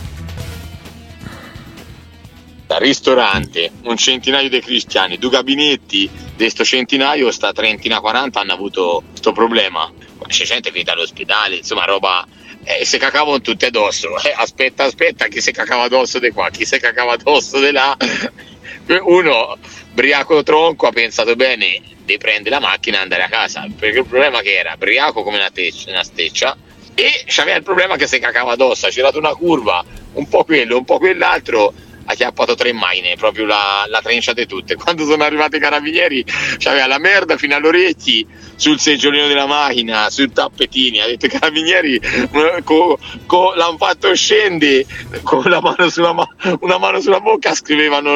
[SPEAKER 21] Ristorante, un centinaio di cristiani, due gabinetti di sto centinaio, sta 30-40 hanno avuto sto problema. C'è gente finita all'ospedale, insomma roba, se cacavano tutti addosso, aspetta, chi si cacava addosso di qua, chi si cacava addosso di là. Uno briaco tronco ha pensato bene di prendere la macchina e andare a casa, perché il problema che era briaco come una steccia e c'aveva il problema che si cacava addosso, c'era una curva, un po' quello, un po' quell'altro, ha chiappato 3 macchine, proprio la trencia di tutte. Quando sono arrivati i carabinieri c'aveva la merda fino agli orecchi sul seggiolino della macchina, sui tappetini. Ha detto i carabinieri l'hanno fatto scendere con la mano una mano sulla bocca, scrivevano.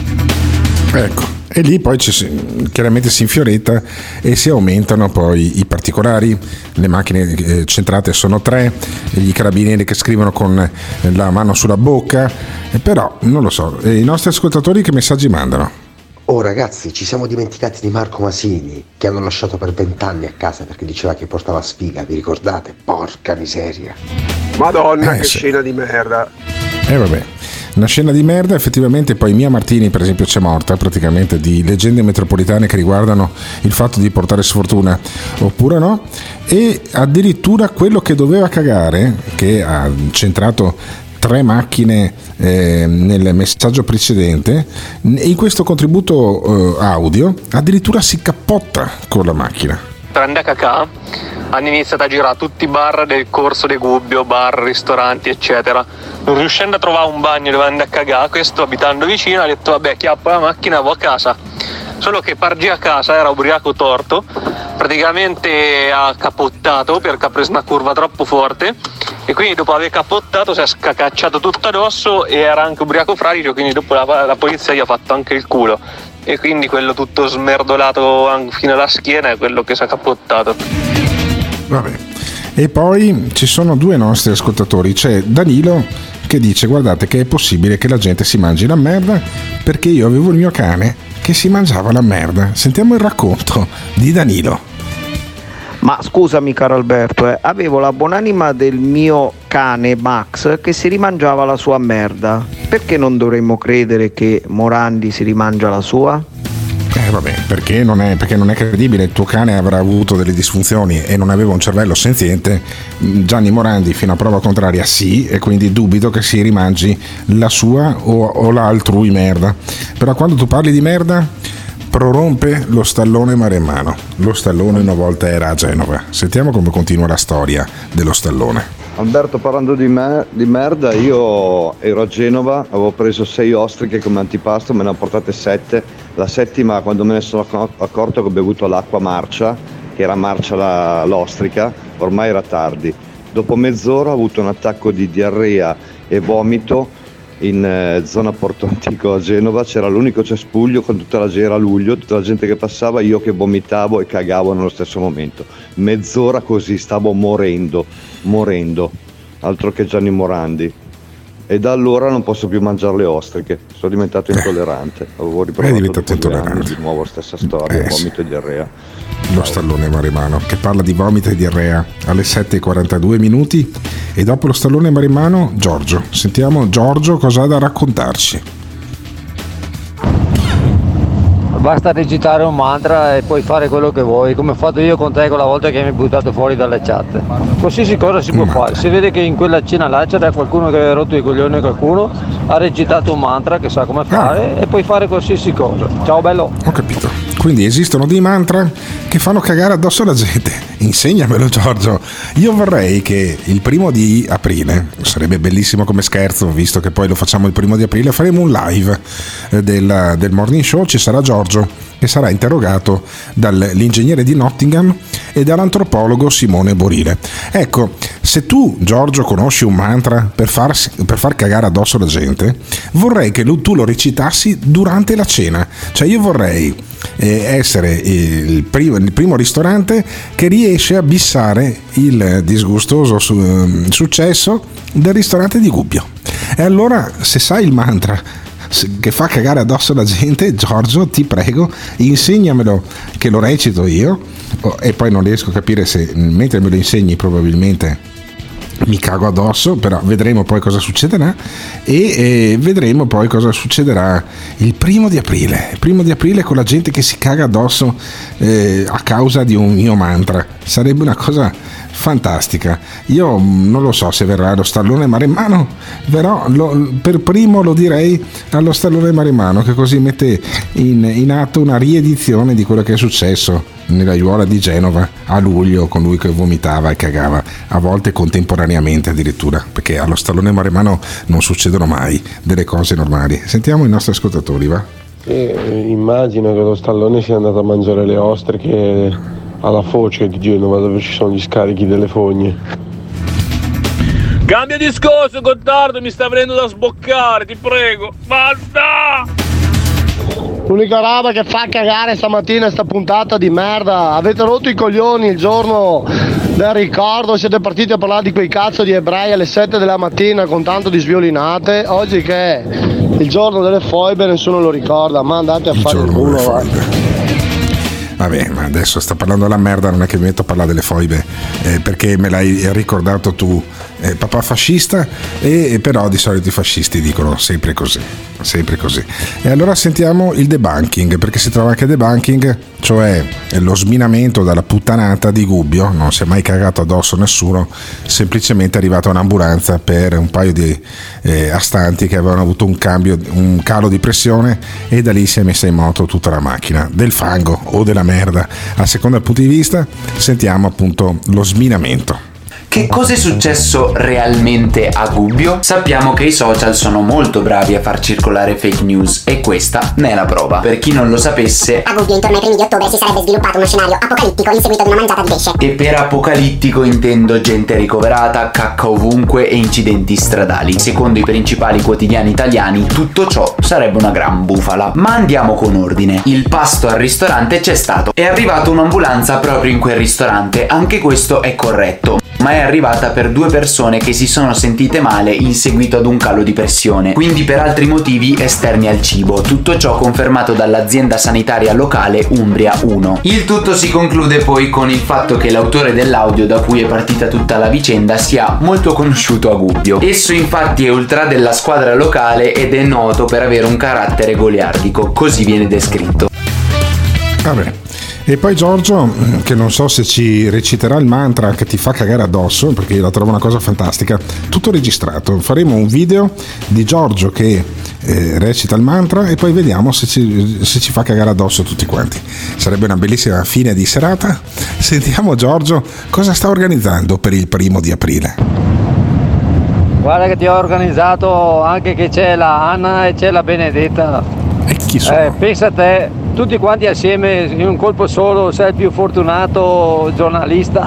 [SPEAKER 11] Ecco, e lì poi chiaramente si infioretta e si aumentano poi i particolari. Le macchine centrate sono 3, i carabinieri che scrivono con la mano sulla bocca, però non lo so, i nostri ascoltatori che messaggi mandano?
[SPEAKER 15] Oh ragazzi, ci siamo dimenticati di Marco Masini, che hanno lasciato per 20 anni a casa perché diceva che portava sfiga, vi ricordate? Porca miseria.
[SPEAKER 3] Madonna, che scena di merda.
[SPEAKER 11] Vabbè, una scena di merda. Effettivamente poi Mia Martini per esempio c'è morta praticamente di leggende metropolitane che riguardano il fatto di portare sfortuna oppure no, e addirittura quello che doveva cagare, che ha centrato 3 macchine nel messaggio precedente, in questo contributo audio addirittura si cappotta con la macchina.
[SPEAKER 14] Prende a cacà, hanno iniziato a girare tutti i bar del corso di Gubbio, bar, ristoranti eccetera, non riuscendo a trovare un bagno dove andare a cagare, questo abitando vicino ha detto vabbè chiappo la macchina, vado a casa. Solo che pargi a casa era ubriaco torto, praticamente ha capottato perché ha preso una curva troppo forte e quindi dopo aver capottato si è scacacciato tutto addosso e era anche ubriaco fradicio, quindi dopo la polizia gli ha fatto anche il culo e quindi quello tutto smerdolato fino alla schiena è quello che si è capottato.
[SPEAKER 11] Vabbè, e poi ci sono 2 nostri ascoltatori, c'è Danilo che dice guardate che è possibile che la gente si mangi la merda perché io avevo il mio cane che si mangiava la merda. Sentiamo il racconto di Danilo.
[SPEAKER 19] Ma scusami caro Alberto, avevo la buonanima del mio cane Max che si rimangiava la sua merda perché non dovremmo credere che Morandi si rimangia la sua?
[SPEAKER 11] Vabbè, perché non è credibile. Il tuo cane avrà avuto delle disfunzioni e non aveva un cervello senziente. Gianni Morandi fino a prova contraria sì, e quindi dubito che si rimangi la sua o l'altrui merda. Però quando tu parli di merda prorompe lo stallone maremmano. Lo stallone una volta era a Genova. Sentiamo come continua la storia dello stallone.
[SPEAKER 7] Alberto, parlando di merda, io ero a Genova, avevo preso 6 ostriche come antipasto, me ne ho portate 7. La settima, quando me ne sono accorto che ho bevuto l'acqua marcia, che era marcia l'ostrica, ormai era tardi. Dopo mezz'ora ho avuto un attacco di diarrea e vomito in zona Porto Antico a Genova. C'era l'unico cespuglio con tutta la gente, era luglio, tutta la gente che passava, io che vomitavo e cagavo nello stesso momento. Mezz'ora così, stavo morendo, altro che Gianni Morandi. E da allora non posso più mangiare le ostriche, sono diventato intollerante. Avevo riprovato dopo 2 anni, di nuovo stessa storia, vomito e diarrea.
[SPEAKER 11] Lo stallone maremmano che parla di vomito e diarrea alle 7:42 minuti, e dopo lo stallone maremmano Giorgio. Sentiamo Giorgio cosa ha da raccontarci.
[SPEAKER 8] Basta recitare un mantra e puoi fare quello che vuoi, come ho fatto io con te quella volta che mi hai buttato fuori dalle chat. Qualsiasi cosa si può fare. Si vede che in quella cena là c'era qualcuno che aveva rotto i coglioni a qualcuno, ha recitato un mantra che sa come fare e puoi fare qualsiasi cosa. Ciao bello.
[SPEAKER 11] Ho capito. Quindi esistono dei mantra che fanno cagare addosso alla gente. Insegnamelo Giorgio. Io vorrei che il 1 di aprile, sarebbe bellissimo come scherzo, visto che poi lo facciamo il 1 di aprile, faremo un live del morning show. Ci sarà Giorgio che sarà interrogato dall'ingegnere di Nottingham e dall'antropologo Simone Borile. Ecco, se tu Giorgio conosci un mantra per far cagare addosso la gente, vorrei che tu lo recitassi durante la cena. Cioè io vorrei essere il primo ristorante che riesce a bissare il disgustoso successo del ristorante di Gubbio. E allora, se sai il mantra che fa cagare addosso la gente, Giorgio, ti prego, insegnamelo, che lo recito io, e poi non riesco a capire se mentre me lo insegni probabilmente mi cago addosso, però vedremo poi cosa succederà, e vedremo poi cosa succederà il 1 di aprile. Il 1 di aprile con la gente che si caga addosso a causa di un mio mantra. Sarebbe una cosa fantastica. Io non lo so se verrà lo stallone maremmano, però per primo lo direi allo stallone maremmano, che così mette in atto una riedizione di quello che è successo nella aiuola di Genova a luglio, con lui che vomitava e cagava, a volte contemporaneamente addirittura, perché allo stallone maremmano non succedono mai delle cose normali. Sentiamo i nostri ascoltatori, va?
[SPEAKER 3] Immagino che lo stallone sia andato a mangiare le ostriche alla Foce di Genova, dove ci sono gli scarichi delle fogne.
[SPEAKER 21] Cambia discorso, Gottardo, mi sta venendo da sboccare, ti prego, basta!
[SPEAKER 13] L'unica roba che fa cagare stamattina è sta puntata di merda. Avete rotto i coglioni il giorno del ricordo, siete partiti a parlare di quei cazzo di ebrei alle 7 della mattina con tanto di sviolinate. Oggi che è il giorno delle foibe nessuno lo ricorda, ma andate a fare il culo.
[SPEAKER 11] Vabbè, ma adesso sta parlando la merda, non è che mi metto a parlare delle foibe, perché me l'hai ricordato tu, papà fascista, e però di solito i fascisti dicono sempre così. E allora sentiamo il debunking, perché si trova anche debunking, cioè lo sminamento dalla puttanata di Gubbio. Non si è mai cagato addosso nessuno, semplicemente è arrivata un'ambulanza per un paio di astanti che avevano avuto un calo di pressione, e da lì si è messa in moto tutta la macchina del fango o della merda, a seconda del punto di vista. Sentiamo appunto lo sminamento.
[SPEAKER 17] Che cosa è successo realmente a Gubbio? Sappiamo che i social sono molto bravi a far circolare fake news, e questa ne è la prova. Per chi non lo sapesse,
[SPEAKER 22] a Gubbio intorno ai primi di ottobre si sarebbe sviluppato uno scenario apocalittico in seguito ad una mangiata di pesce.
[SPEAKER 17] E per apocalittico intendo gente ricoverata, cacca ovunque e incidenti stradali. Secondo i principali quotidiani italiani, tutto ciò sarebbe una gran bufala. Ma andiamo con ordine. Il pasto al ristorante c'è stato. È arrivata un'ambulanza proprio in quel ristorante, anche questo è corretto. ma è arrivata per 2 persone che si sono sentite male in seguito ad un calo di pressione, quindi per altri motivi esterni al cibo. Tutto ciò confermato dall'azienda sanitaria locale Umbria 1. Il tutto si conclude poi con il fatto che l'autore dell'audio da cui è partita tutta la vicenda sia molto conosciuto a Gubbio. Esso infatti è ultra della squadra locale ed è noto per avere un carattere goliardico, così viene descritto.
[SPEAKER 11] Vabbè. E poi Giorgio, che non so se ci reciterà il mantra che ti fa cagare addosso, perché io la trovo una cosa fantastica, tutto registrato. Faremo un video di Giorgio che recita il mantra e poi vediamo se ci fa cagare addosso tutti quanti. Sarebbe una bellissima fine di serata. Sentiamo Giorgio cosa sta organizzando per il 1° di aprile.
[SPEAKER 8] Guarda che ti ho organizzato anche che c'è la Anna e c'è la Benedetta.
[SPEAKER 11] E chi sono?
[SPEAKER 8] Pensa a te, tutti quanti assieme in un colpo solo, sei il più fortunato giornalista.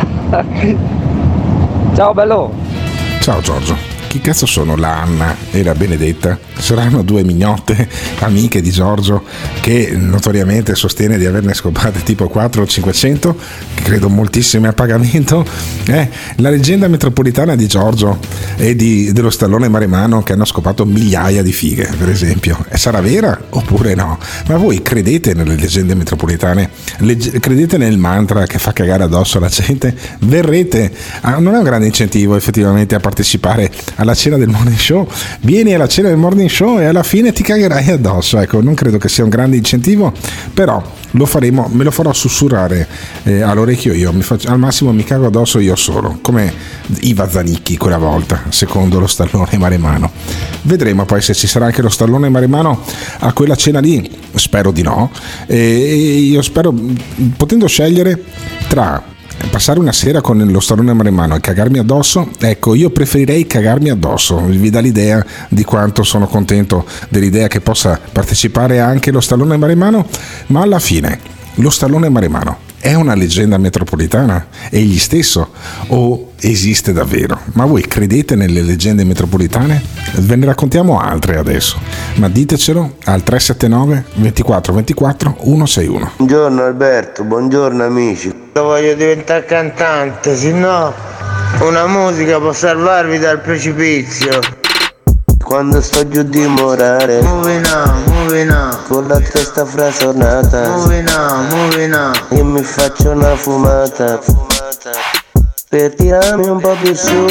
[SPEAKER 8] Ciao bello.
[SPEAKER 11] Ciao Giorgio. Chi cazzo sono la Anna e la Benedetta? Saranno 2 mignotte amiche di Giorgio che notoriamente sostiene di averne scopate tipo 4 o 500, che credo moltissime a pagamento. La leggenda metropolitana di Giorgio e dello stallone maremano che hanno scopato migliaia di fighe, per esempio. Sarà vera oppure no? Ma voi credete nelle leggende metropolitane? Credete nel mantra che fa cagare addosso alla gente? Verrete? Non è un grande incentivo effettivamente a partecipare alla cena del morning show? Vieni alla cena del morning show e alla fine ti cagherai addosso. Ecco, non credo che sia un grande incentivo, però lo faremo, me lo farò sussurrare all'orecchio io, al massimo mi cago addosso io solo, come Iva Zanicchi quella volta, secondo lo stallone maremano. Vedremo poi se ci sarà anche lo stallone maremano a quella cena lì, spero di no, e io spero, potendo scegliere tra passare una sera con lo stallone maremano e cagarmi addosso, ecco, io preferirei cagarmi addosso. Vi dà l'idea di quanto sono contento dell'idea che possa partecipare anche lo stallone maremano. Ma alla fine lo stallone maremano è una leggenda metropolitana? Egli stesso? O esiste davvero? Ma voi credete nelle leggende metropolitane? Ve ne raccontiamo altre adesso, ma ditecelo al 379 24 24 161.
[SPEAKER 1] Buongiorno Alberto, buongiorno amici. Voglio diventare cantante, se no una musica può salvarvi dal precipizio. Quando sto giù di morare, moving on, con la testa frasonata, moving on, io mi faccio una fumata per tirarmi un po' più su.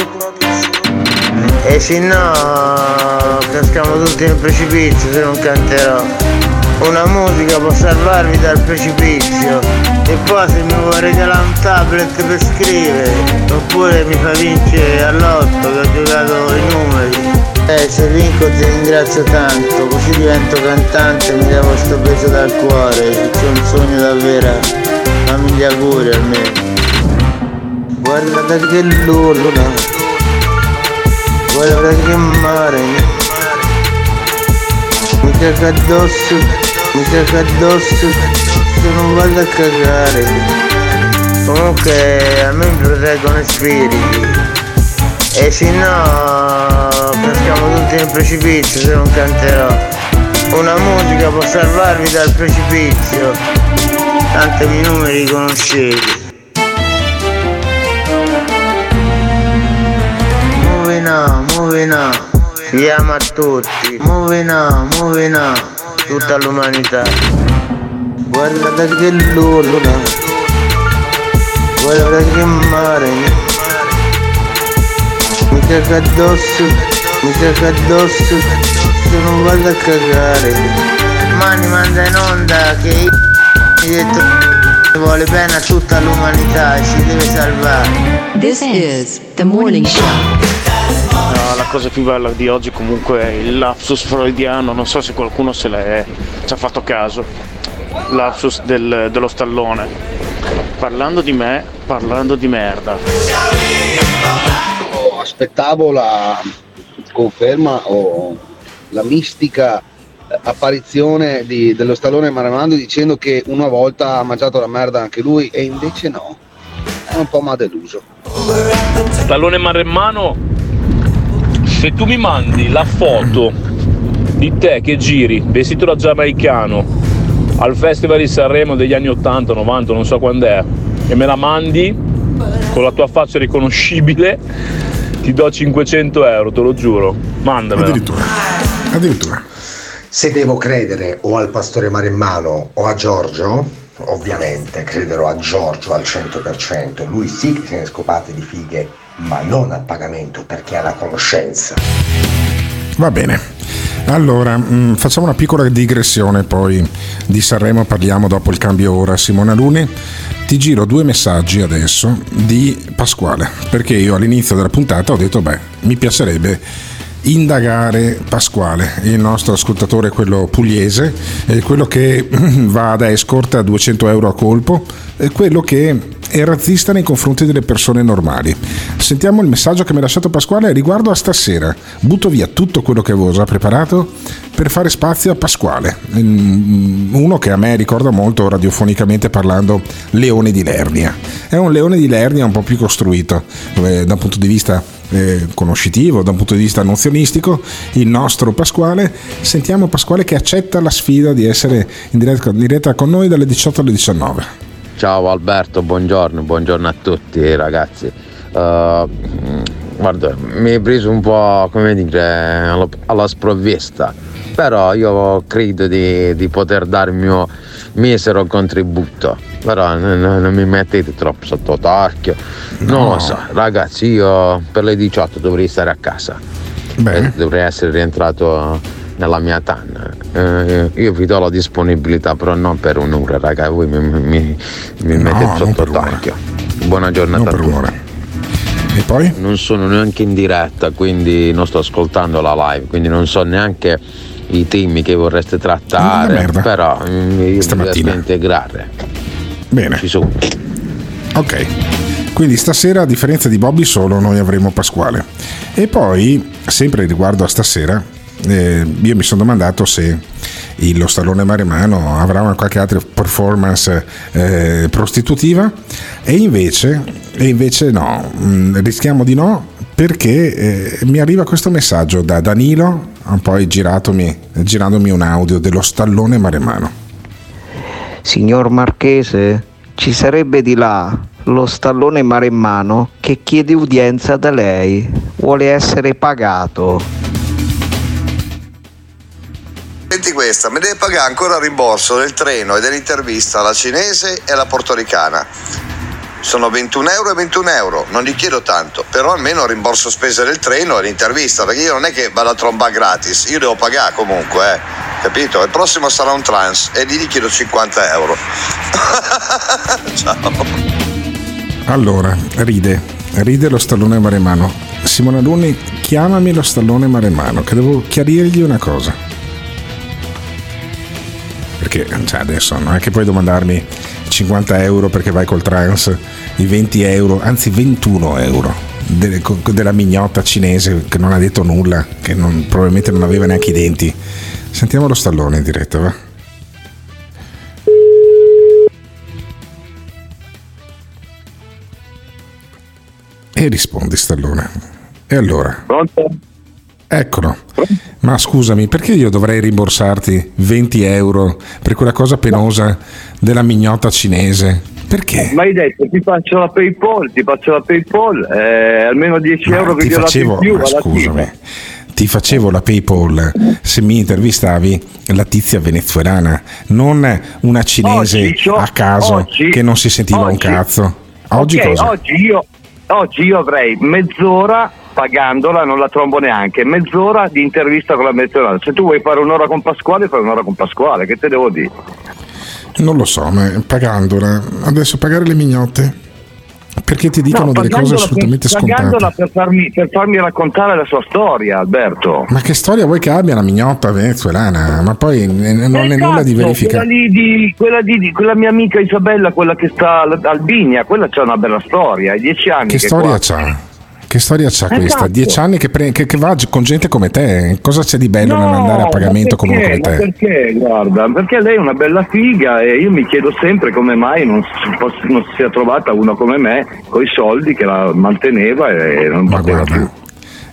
[SPEAKER 1] E se no caschiamo tutti nel precipizio se non canterò. Una musica può salvarvi dal precipizio. E poi se mi vuoi regalare un tablet per scrivere, oppure mi fa vincere all'otto che ho giocato i numeri, se vinco ti ringrazio tanto, così divento cantante e mi levo sto peso dal cuore. C'è un sogno davvero, fammi gli auguri almeno. Guarda che luna, guarda che mare, mi caga addosso se non vado a cagare. Comunque a me mi proteggono i spiriti, e se no caschiamo tutti nel precipizio se non canterò. Una musica può salvarvi dal precipizio, tanto i numeri conoscete. Moving on, chiama a tutti, moving on, tutta l'umanità. Guarda che luna, guarda che mare, mi caga addosso se non vado a cagare. Mani manda in onda che io mi detto vuole bene a tutta l'umanità e si deve salvare.
[SPEAKER 9] This is the morning show.
[SPEAKER 23] No, la cosa più bella di oggi comunque è il lapsus freudiano, non so se qualcuno ci ha fatto caso, lapsus dello stallone. Parlando di me, parlando di merda.
[SPEAKER 24] Aspettavo la conferma o la mistica apparizione dello stallone maremano dicendo che una volta ha mangiato la merda anche lui, e invece no, è un po' m'ha deluso.
[SPEAKER 21] Stallone maremmano, se tu mi mandi la foto di te che giri vestito da giamaicano al Festival di Sanremo degli anni 80, 90, non so quando è, e me la mandi con la tua faccia riconoscibile ti do 500 euro, te lo giuro, mandamela.
[SPEAKER 11] Addirittura.
[SPEAKER 15] Se devo credere o al pastore Maremmano o a Giorgio, ovviamente crederò a Giorgio al 100%. Lui sì che se ne scopate di fighe, ma non a pagamento, perché ha la conoscenza.
[SPEAKER 11] Va bene, allora facciamo una piccola digressione, poi di Sanremo parliamo dopo il cambio ora. Simona Luni, ti giro 2 messaggi adesso di Pasquale, perché io all'inizio della puntata ho detto mi piacerebbe indagare Pasquale, il nostro ascoltatore, quello pugliese, quello che va ad escort a 200 euro a colpo, quello che è razzista nei confronti delle persone normali. Sentiamo il messaggio che mi ha lasciato Pasquale riguardo a stasera. Butto via tutto quello che avevo già preparato per fare spazio a Pasquale, uno che a me ricorda molto, radiofonicamente parlando, Leone di Lernia. È un Leone di Lernia un po' più costruito da un punto di vista conoscitivo, da un punto di vista nozionistico, il nostro Pasquale. Sentiamo Pasquale che accetta la sfida di essere in diretta con noi dalle 18 alle 19.
[SPEAKER 2] Ciao Alberto, buongiorno a tutti ragazzi. Guarda, mi hai preso un po', come dire, alla sprovvista, però io credo di poter dare il mio misero contributo, però non mi mettete troppo sotto torchio. Non lo so ragazzi, io per le 18 dovrei stare a casa. Dovrei essere rientrato nella mia tanna. Io vi do la disponibilità, però non per un'ora, raga, voi mi mettete sotto torchio. Buona giornata a tutti.
[SPEAKER 11] E poi?
[SPEAKER 2] Non sono neanche in diretta, quindi non sto ascoltando la live, quindi non so neanche i temi che vorreste trattare, però io riesco a integrare.
[SPEAKER 11] Bene.
[SPEAKER 2] Ci sono.
[SPEAKER 11] Ok. Quindi stasera, a differenza di Bobby, solo noi avremo Pasquale. E poi, sempre riguardo a stasera, io mi sono domandato se lo Stallone Maremmano avrà una qualche altra performance prostitutiva, e invece no, rischiamo di no, perché mi arriva questo messaggio da Danilo, poi girandomi un audio dello Stallone Maremmano.
[SPEAKER 19] Signor Marchese, ci sarebbe di là lo Stallone Maremmano che chiede udienza da lei, vuole essere pagato.
[SPEAKER 10] Senti questa, mi deve pagare ancora il rimborso del treno e dell'intervista alla cinese e alla portoricana. Sono 21 euro e 21 euro, non gli chiedo tanto, però almeno il rimborso spese del treno e l'intervista, perché io non è che vado a trombare gratis, io devo pagare comunque, capito? Il prossimo sarà un trans e gli chiedo 50 euro. Ciao.
[SPEAKER 11] Allora, ride lo Stallone Maremmano. Simona Luni, chiamami lo Stallone Maremmano, che devo chiarirgli una cosa. Perché adesso non è che puoi domandarmi 50 euro perché vai col trans, i 20 euro, anzi 21 euro della mignotta cinese che non ha detto nulla, che probabilmente non aveva neanche i denti. Sentiamo lo Stallone in diretta, va? E rispondi Stallone. E allora?
[SPEAKER 16] Pronto?
[SPEAKER 11] Eccolo. Ma scusami, perché io dovrei rimborsarti 20 euro per quella cosa penosa della mignotta cinese? Perché?
[SPEAKER 16] Ma hai detto ti faccio la PayPal, almeno 10 euro che ti ho dato in più.
[SPEAKER 11] Scusami, ti facevo la PayPal se mi intervistavi la tizia venezuelana, non una cinese a caso che non si sentiva un cazzo. Oggi cosa?
[SPEAKER 16] Oggi io avrei mezz'ora pagandola, non la trombo neanche, mezz'ora di intervista con la venezuelana. Se tu vuoi fare un'ora con Pasquale, fai un'ora con Pasquale, che te devo dire?
[SPEAKER 11] Non lo so, ma pagandola, adesso pagare le mignotte, perché ti dicono delle cose assolutamente scontate.
[SPEAKER 16] Pagandola per farmi raccontare la sua storia, Alberto.
[SPEAKER 11] Ma che storia vuoi che abbia la mignotta venezuelana? Ma poi non è nulla di verificato.
[SPEAKER 16] Quella mia amica Isabella, quella che sta all'Albinia, quella c'ha una bella storia, hai 10 anni.
[SPEAKER 11] Che storia c'ha? Che storia c'ha questa? 10 anni che va con gente come te. Cosa c'è di bello nell'andare a pagamento con uno come te?
[SPEAKER 16] Perché? Guarda, perché lei è una bella figa e io mi chiedo sempre come mai non si sia trovata uno come me coi soldi che la manteneva e non batteva più.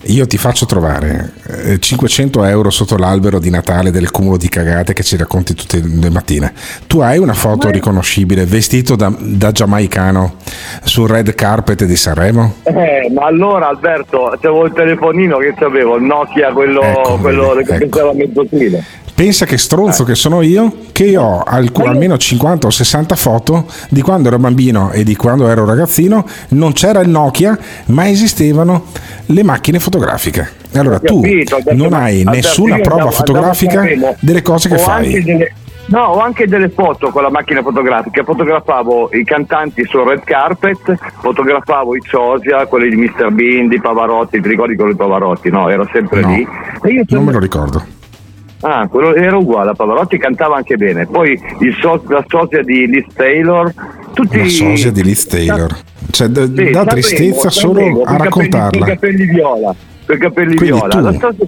[SPEAKER 11] io ti faccio trovare 500 euro sotto l'albero di Natale del cumulo di cagate che ci racconti tutte le mattine. Tu hai una foto riconoscibile vestito da giamaicano sul red carpet di Sanremo?
[SPEAKER 16] Ma allora Alberto, c'avevo il telefonino che c'avevo, il Nokia, quello che c'era mezzo filo.
[SPEAKER 11] Pensa che stronzo che sono io, che ho almeno 50 o 60 foto di quando ero bambino e di quando ero ragazzino. Non c'era il Nokia, ma esistevano le macchine fotografiche. Allora tu non hai nessuna prova fotografica delle cose che fai.
[SPEAKER 16] Ho anche delle foto con la macchina fotografica. Fotografavo i cantanti sul red carpet, fotografavo i sosia, quelli di Mr. Bean, di Pavarotti. Ti ricordi quello di Pavarotti? No, ero sempre lì. E io
[SPEAKER 11] non me lo ricordo.
[SPEAKER 16] Ah, quello era uguale a Pavarotti, cantava anche bene. Poi la sosia di Liz Taylor.
[SPEAKER 11] La sosia di Liz Taylor. Cioè, da tristezza solo a raccontarla.
[SPEAKER 16] Con i capelli viola. Per capelli
[SPEAKER 11] quindi
[SPEAKER 16] viola.
[SPEAKER 11] Tu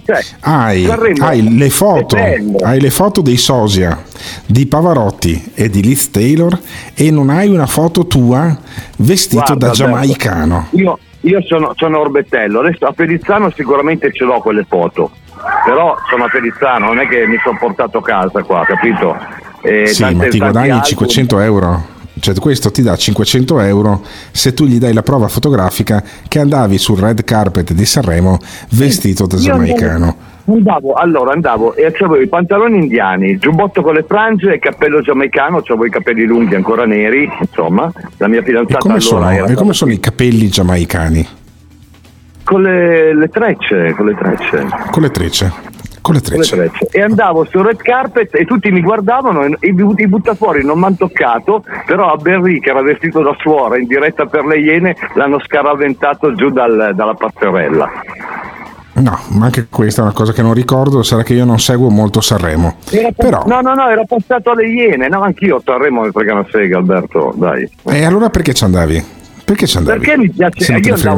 [SPEAKER 11] hai le foto dei sosia di Pavarotti e di Liz Taylor e non hai una foto tua vestito da giamaicano.
[SPEAKER 16] Io sono Orbettello, adesso a Pelizzano sicuramente ce l'ho quelle foto, però sono a Pelizzano, non è che mi sono portato a casa qua, capito?
[SPEAKER 11] Sì, ma ti guadagni 500 euro. Cioè questo ti dà 500 euro se tu gli dai la prova fotografica che andavi sul red carpet di Sanremo vestito da giamaicano.
[SPEAKER 16] Andavo e avevo i pantaloni indiani, il giubbotto con le frange e il cappello giamaicano, avevo i capelli lunghi ancora neri, insomma, la mia fidanzata
[SPEAKER 11] come sono i capelli giamaicani?
[SPEAKER 16] Con le trecce.
[SPEAKER 11] Con le trecce.
[SPEAKER 16] E andavo sul red carpet e tutti mi guardavano e i buttafuori non mi hanno toccato, però a Berry, che era vestito da suora in diretta per le Iene, l'hanno scaraventato giù dalla passerella.
[SPEAKER 11] No, ma anche questa è una cosa che non ricordo, sarà che io non seguo molto Sanremo.
[SPEAKER 16] No, era passato alle Iene, no, anch'io a Sanremo mi frega una sega, Alberto, dai.
[SPEAKER 11] E allora perché ci andavi?
[SPEAKER 16] Perché mi piace,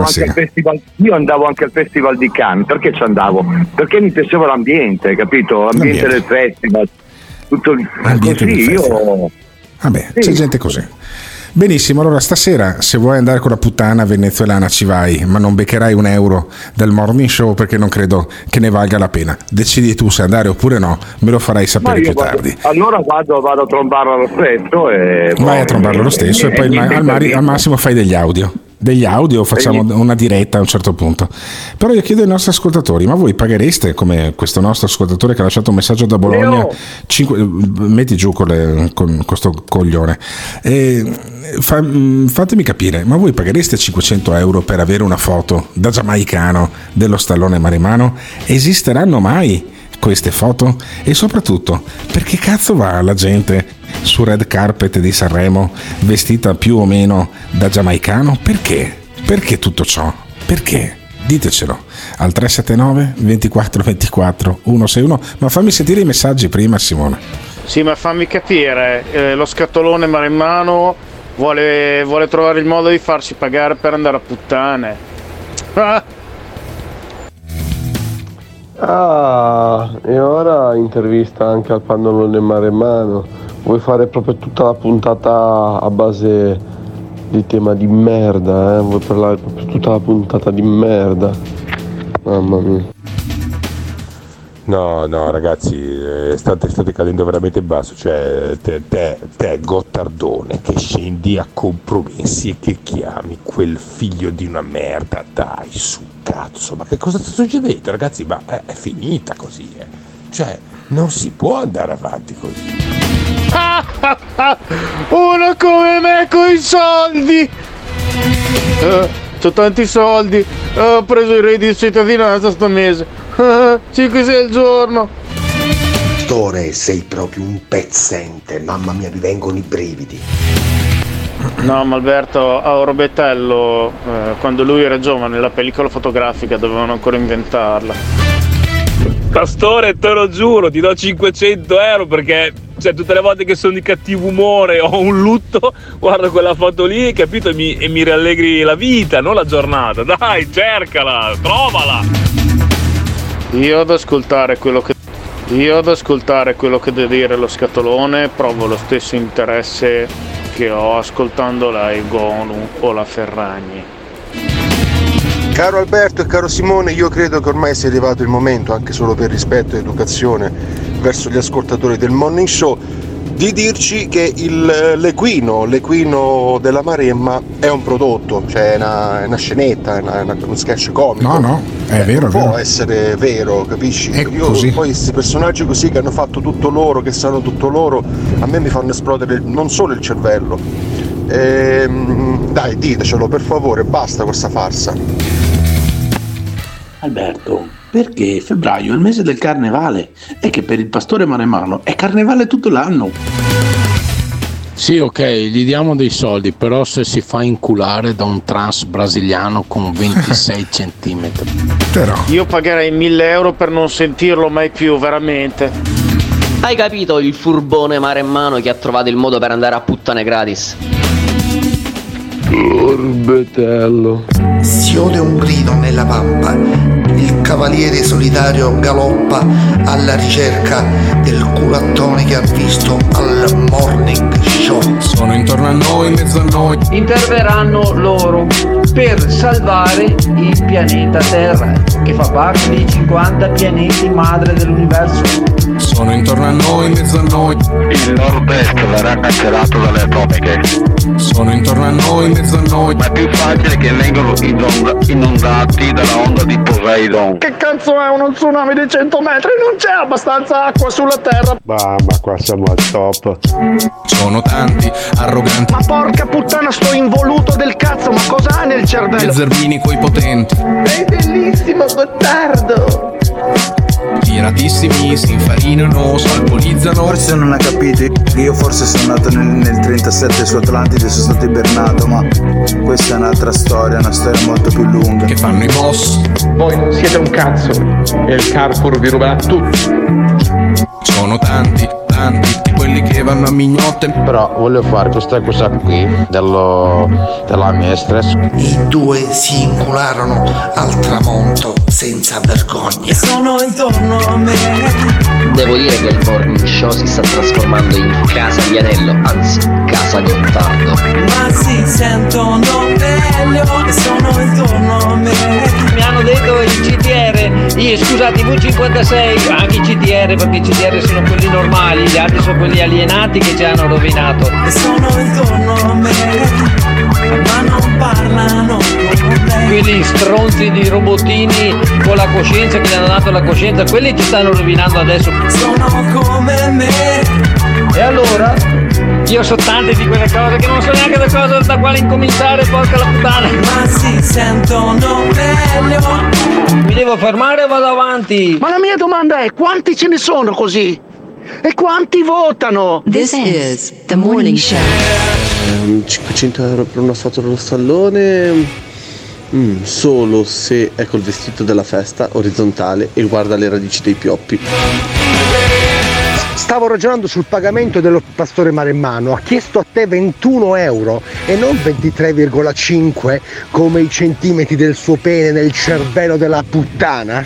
[SPEAKER 16] io andavo anche al festival di Cannes, perché ci andavo? Perché mi piaceva l'ambiente, capito? L'ambiente del festival, tutto così, io...
[SPEAKER 11] Vabbè, c'è gente così. Benissimo, allora stasera se vuoi andare con la puttana venezuelana ci vai, ma non beccherai un euro del morning show perché non credo che ne valga la pena. Decidi tu se andare oppure no, me lo farai sapere più tardi.
[SPEAKER 16] Allora vado a trombarlo lo stesso e...
[SPEAKER 11] Vai a trombarlo lo stesso e poi al massimo fai degli audio, facciamo una diretta a un certo punto. Però io chiedo ai nostri ascoltatori, ma voi paghereste, come questo nostro ascoltatore che ha lasciato un messaggio da Bologna, metti giù con questo coglione, fatemi capire, ma voi paghereste 500 euro per avere una foto da giamaicano dello stallone maremmano? Esisteranno mai queste foto? E soprattutto, perché cazzo va la gente su red carpet di Sanremo vestita più o meno da giamaicano? Perché tutto ciò? Perché? Ditecelo al 379 24 24 161. Ma fammi sentire i messaggi prima, Simone.
[SPEAKER 23] Sì, ma fammi capire, lo scatolone maremmano vuole trovare il modo di farsi pagare per andare a puttane.
[SPEAKER 3] E ora intervista anche al pannolone maremmano. Vuoi fare proprio tutta la puntata a base di tema di merda, Vuoi parlare proprio tutta la puntata di merda? Mamma mia.
[SPEAKER 4] No ragazzi, state cadendo veramente basso, cioè te Gottardone che scendi a compromessi e che chiami quel figlio di una merda, dai su cazzo, ma che cosa sta succedendo ragazzi? Ma è finita così, cioè non si può andare avanti così.
[SPEAKER 23] Uno come me coi soldi, c'ho tanti soldi, ho preso il reddito di cittadinanza sto mese, 5-6 al giorno.
[SPEAKER 15] Pastore, sei proprio un pezzente, mamma mia, mi vengono i brividi.
[SPEAKER 23] No, ma Alberto, a Orbettello, quando lui era giovane, la pellicola fotografica dovevano ancora inventarla.
[SPEAKER 21] Pastore, te lo giuro, ti do 500 euro perché, cioè, tutte le volte che sono di cattivo umore o ho un lutto, guardo quella foto lì, capito, e mi rallegri la vita, non la giornata. Dai, cercala, trovala.
[SPEAKER 23] Io ad ascoltare quello che deve dire lo scatolone provo lo stesso interesse che ho ascoltando la Egonu o la Ferragni.
[SPEAKER 6] Caro Alberto e caro Simone, io credo che ormai sia arrivato il momento, anche solo per rispetto e educazione verso gli ascoltatori del Morning Show, di dirci che l'equino della Maremma è un prodotto, cioè è una scenetta, è uno sketch comico.
[SPEAKER 11] No, è vero, è
[SPEAKER 6] non
[SPEAKER 11] vero.
[SPEAKER 6] può essere vero, capisci? Io
[SPEAKER 11] così.
[SPEAKER 6] poi questi personaggi così che hanno fatto tutto loro, che sanno tutto loro, a me mi fanno esplodere non solo il cervello. Dai, ditecelo per favore, basta questa farsa.
[SPEAKER 12] Alberto, perché febbraio è il mese del carnevale e che per il pastore maremmano è carnevale tutto l'anno.
[SPEAKER 18] Sì, ok, gli diamo dei soldi, però se si fa inculare da un trans brasiliano con 26 centimetri.
[SPEAKER 11] Però.
[SPEAKER 23] Io pagherei 1.000 euro per non sentirlo mai più, veramente.
[SPEAKER 20] Hai capito il furbone maremmano che ha trovato il modo per andare a puttane gratis?
[SPEAKER 3] Orbetello.
[SPEAKER 25] Si ode un grido nella pampa, il cavaliere solitario galoppa alla ricerca del culattone che ha visto al Morning Show.
[SPEAKER 26] Sono intorno a noi, in mezzo a noi.
[SPEAKER 27] Interverranno loro per salvare il pianeta Terra, che fa parte dei 50 pianeti madre dell'universo.
[SPEAKER 26] Sono intorno a noi, in mezzo a noi.
[SPEAKER 28] Il nord-est verrà cancellato dalle atomiche.
[SPEAKER 26] Sono intorno a noi, in mezzo a noi.
[SPEAKER 28] Ma è più facile che vengano inondati dalla onda di Poseidon.
[SPEAKER 23] Che cazzo è uno tsunami di 100 metri? Non c'è abbastanza acqua sulla terra.
[SPEAKER 3] Ma qua siamo al top.
[SPEAKER 26] Sono tanti, arroganti.
[SPEAKER 23] Ma porca puttana, sto involuto del cazzo, ma cosa ha nel cervello?
[SPEAKER 26] Gli zerbini coi potenti.
[SPEAKER 23] È bellissimo, Gottardo.
[SPEAKER 26] Tiratissimi, si infarinano, salpolizzano.
[SPEAKER 29] Forse non ha capito, io forse sono nato nel 37 su Atlantide, sono stato ibernato, ma questa è un'altra storia, una storia molto più lunga.
[SPEAKER 26] Che fanno i boss?
[SPEAKER 23] Voi non siete un cazzo e il Carrefour vi ruberà tutto.
[SPEAKER 26] Sono tanti, di quelli che vanno a mignotte.
[SPEAKER 2] Però voglio fare questa cosa qui della mia stress.
[SPEAKER 25] I due si incularono al tramonto senza vergogna.
[SPEAKER 27] Sono intorno a me.
[SPEAKER 20] Devo dire che il Morning Show si sta trasformando in casa di Anello, anzi casa Gottardo.
[SPEAKER 27] Ma si sentono meglio e sono intorno a me. Mi hanno detto il CTR, scusate, V56, anche i CTR, perché i CTR sono quelli normali, gli altri sono quelli alienati che ci hanno rovinato. E sono intorno a me, ma non parlano con me. Quelli stronzi di robottini con la coscienza, che gli hanno dato la coscienza, quelli ci stanno rovinando adesso. Sono come me. E allora? Io so tante di quelle cose che non so neanche da quale incominciare, porca la puttana. Ma si sentono meglio. Mi devo fermare o vado avanti?
[SPEAKER 23] Ma la mia domanda è: quanti ce ne sono così? E quanti votano?
[SPEAKER 9] This is the Morning Show.
[SPEAKER 3] 500 euro per una foto dello stallone. Solo se è col vestito della festa orizzontale e guarda le radici dei pioppi.
[SPEAKER 13] Stavo ragionando sul pagamento dello pastore maremmano, ha chiesto a te 21 euro e non 23,5 come i centimetri del suo pene nel cervello della puttana?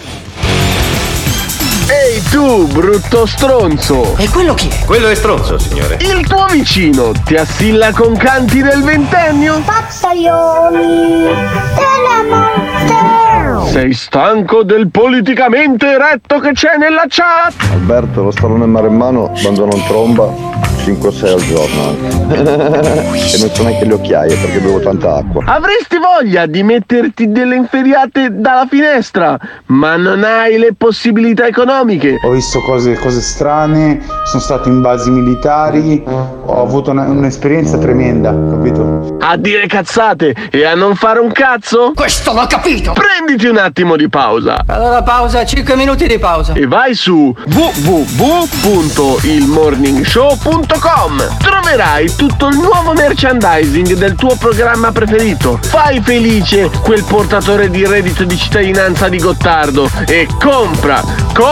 [SPEAKER 3] Ehi tu, brutto stronzo!
[SPEAKER 27] E quello chi è?
[SPEAKER 30] Quello è stronzo, signore.
[SPEAKER 3] Il tuo vicino ti assilla con canti del ventennio?
[SPEAKER 31] Pazzaioli della morte!
[SPEAKER 3] Sei stanco del politicamente eretto che c'è nella chat?
[SPEAKER 7] Alberto, lo stallone maremmano quando non tromba 5-6 al giorno e non so neanche le occhiaie perché bevo tanta acqua.
[SPEAKER 3] Avresti voglia di metterti delle inferiate dalla finestra, ma non hai le possibilità economiche.
[SPEAKER 32] Ho visto cose strane, sono stato in basi militari, ho avuto un'esperienza tremenda, capito?
[SPEAKER 3] A dire cazzate e a non fare un cazzo?
[SPEAKER 27] Questo l'ho capito!
[SPEAKER 3] Prenditi un attimo di pausa.
[SPEAKER 27] Allora pausa, 5 minuti di pausa.
[SPEAKER 3] E vai su www.ilmorningshow.com. Troverai tutto il nuovo merchandising del tuo programma preferito. Fai felice quel portatore di reddito di cittadinanza di Gottardo e compra!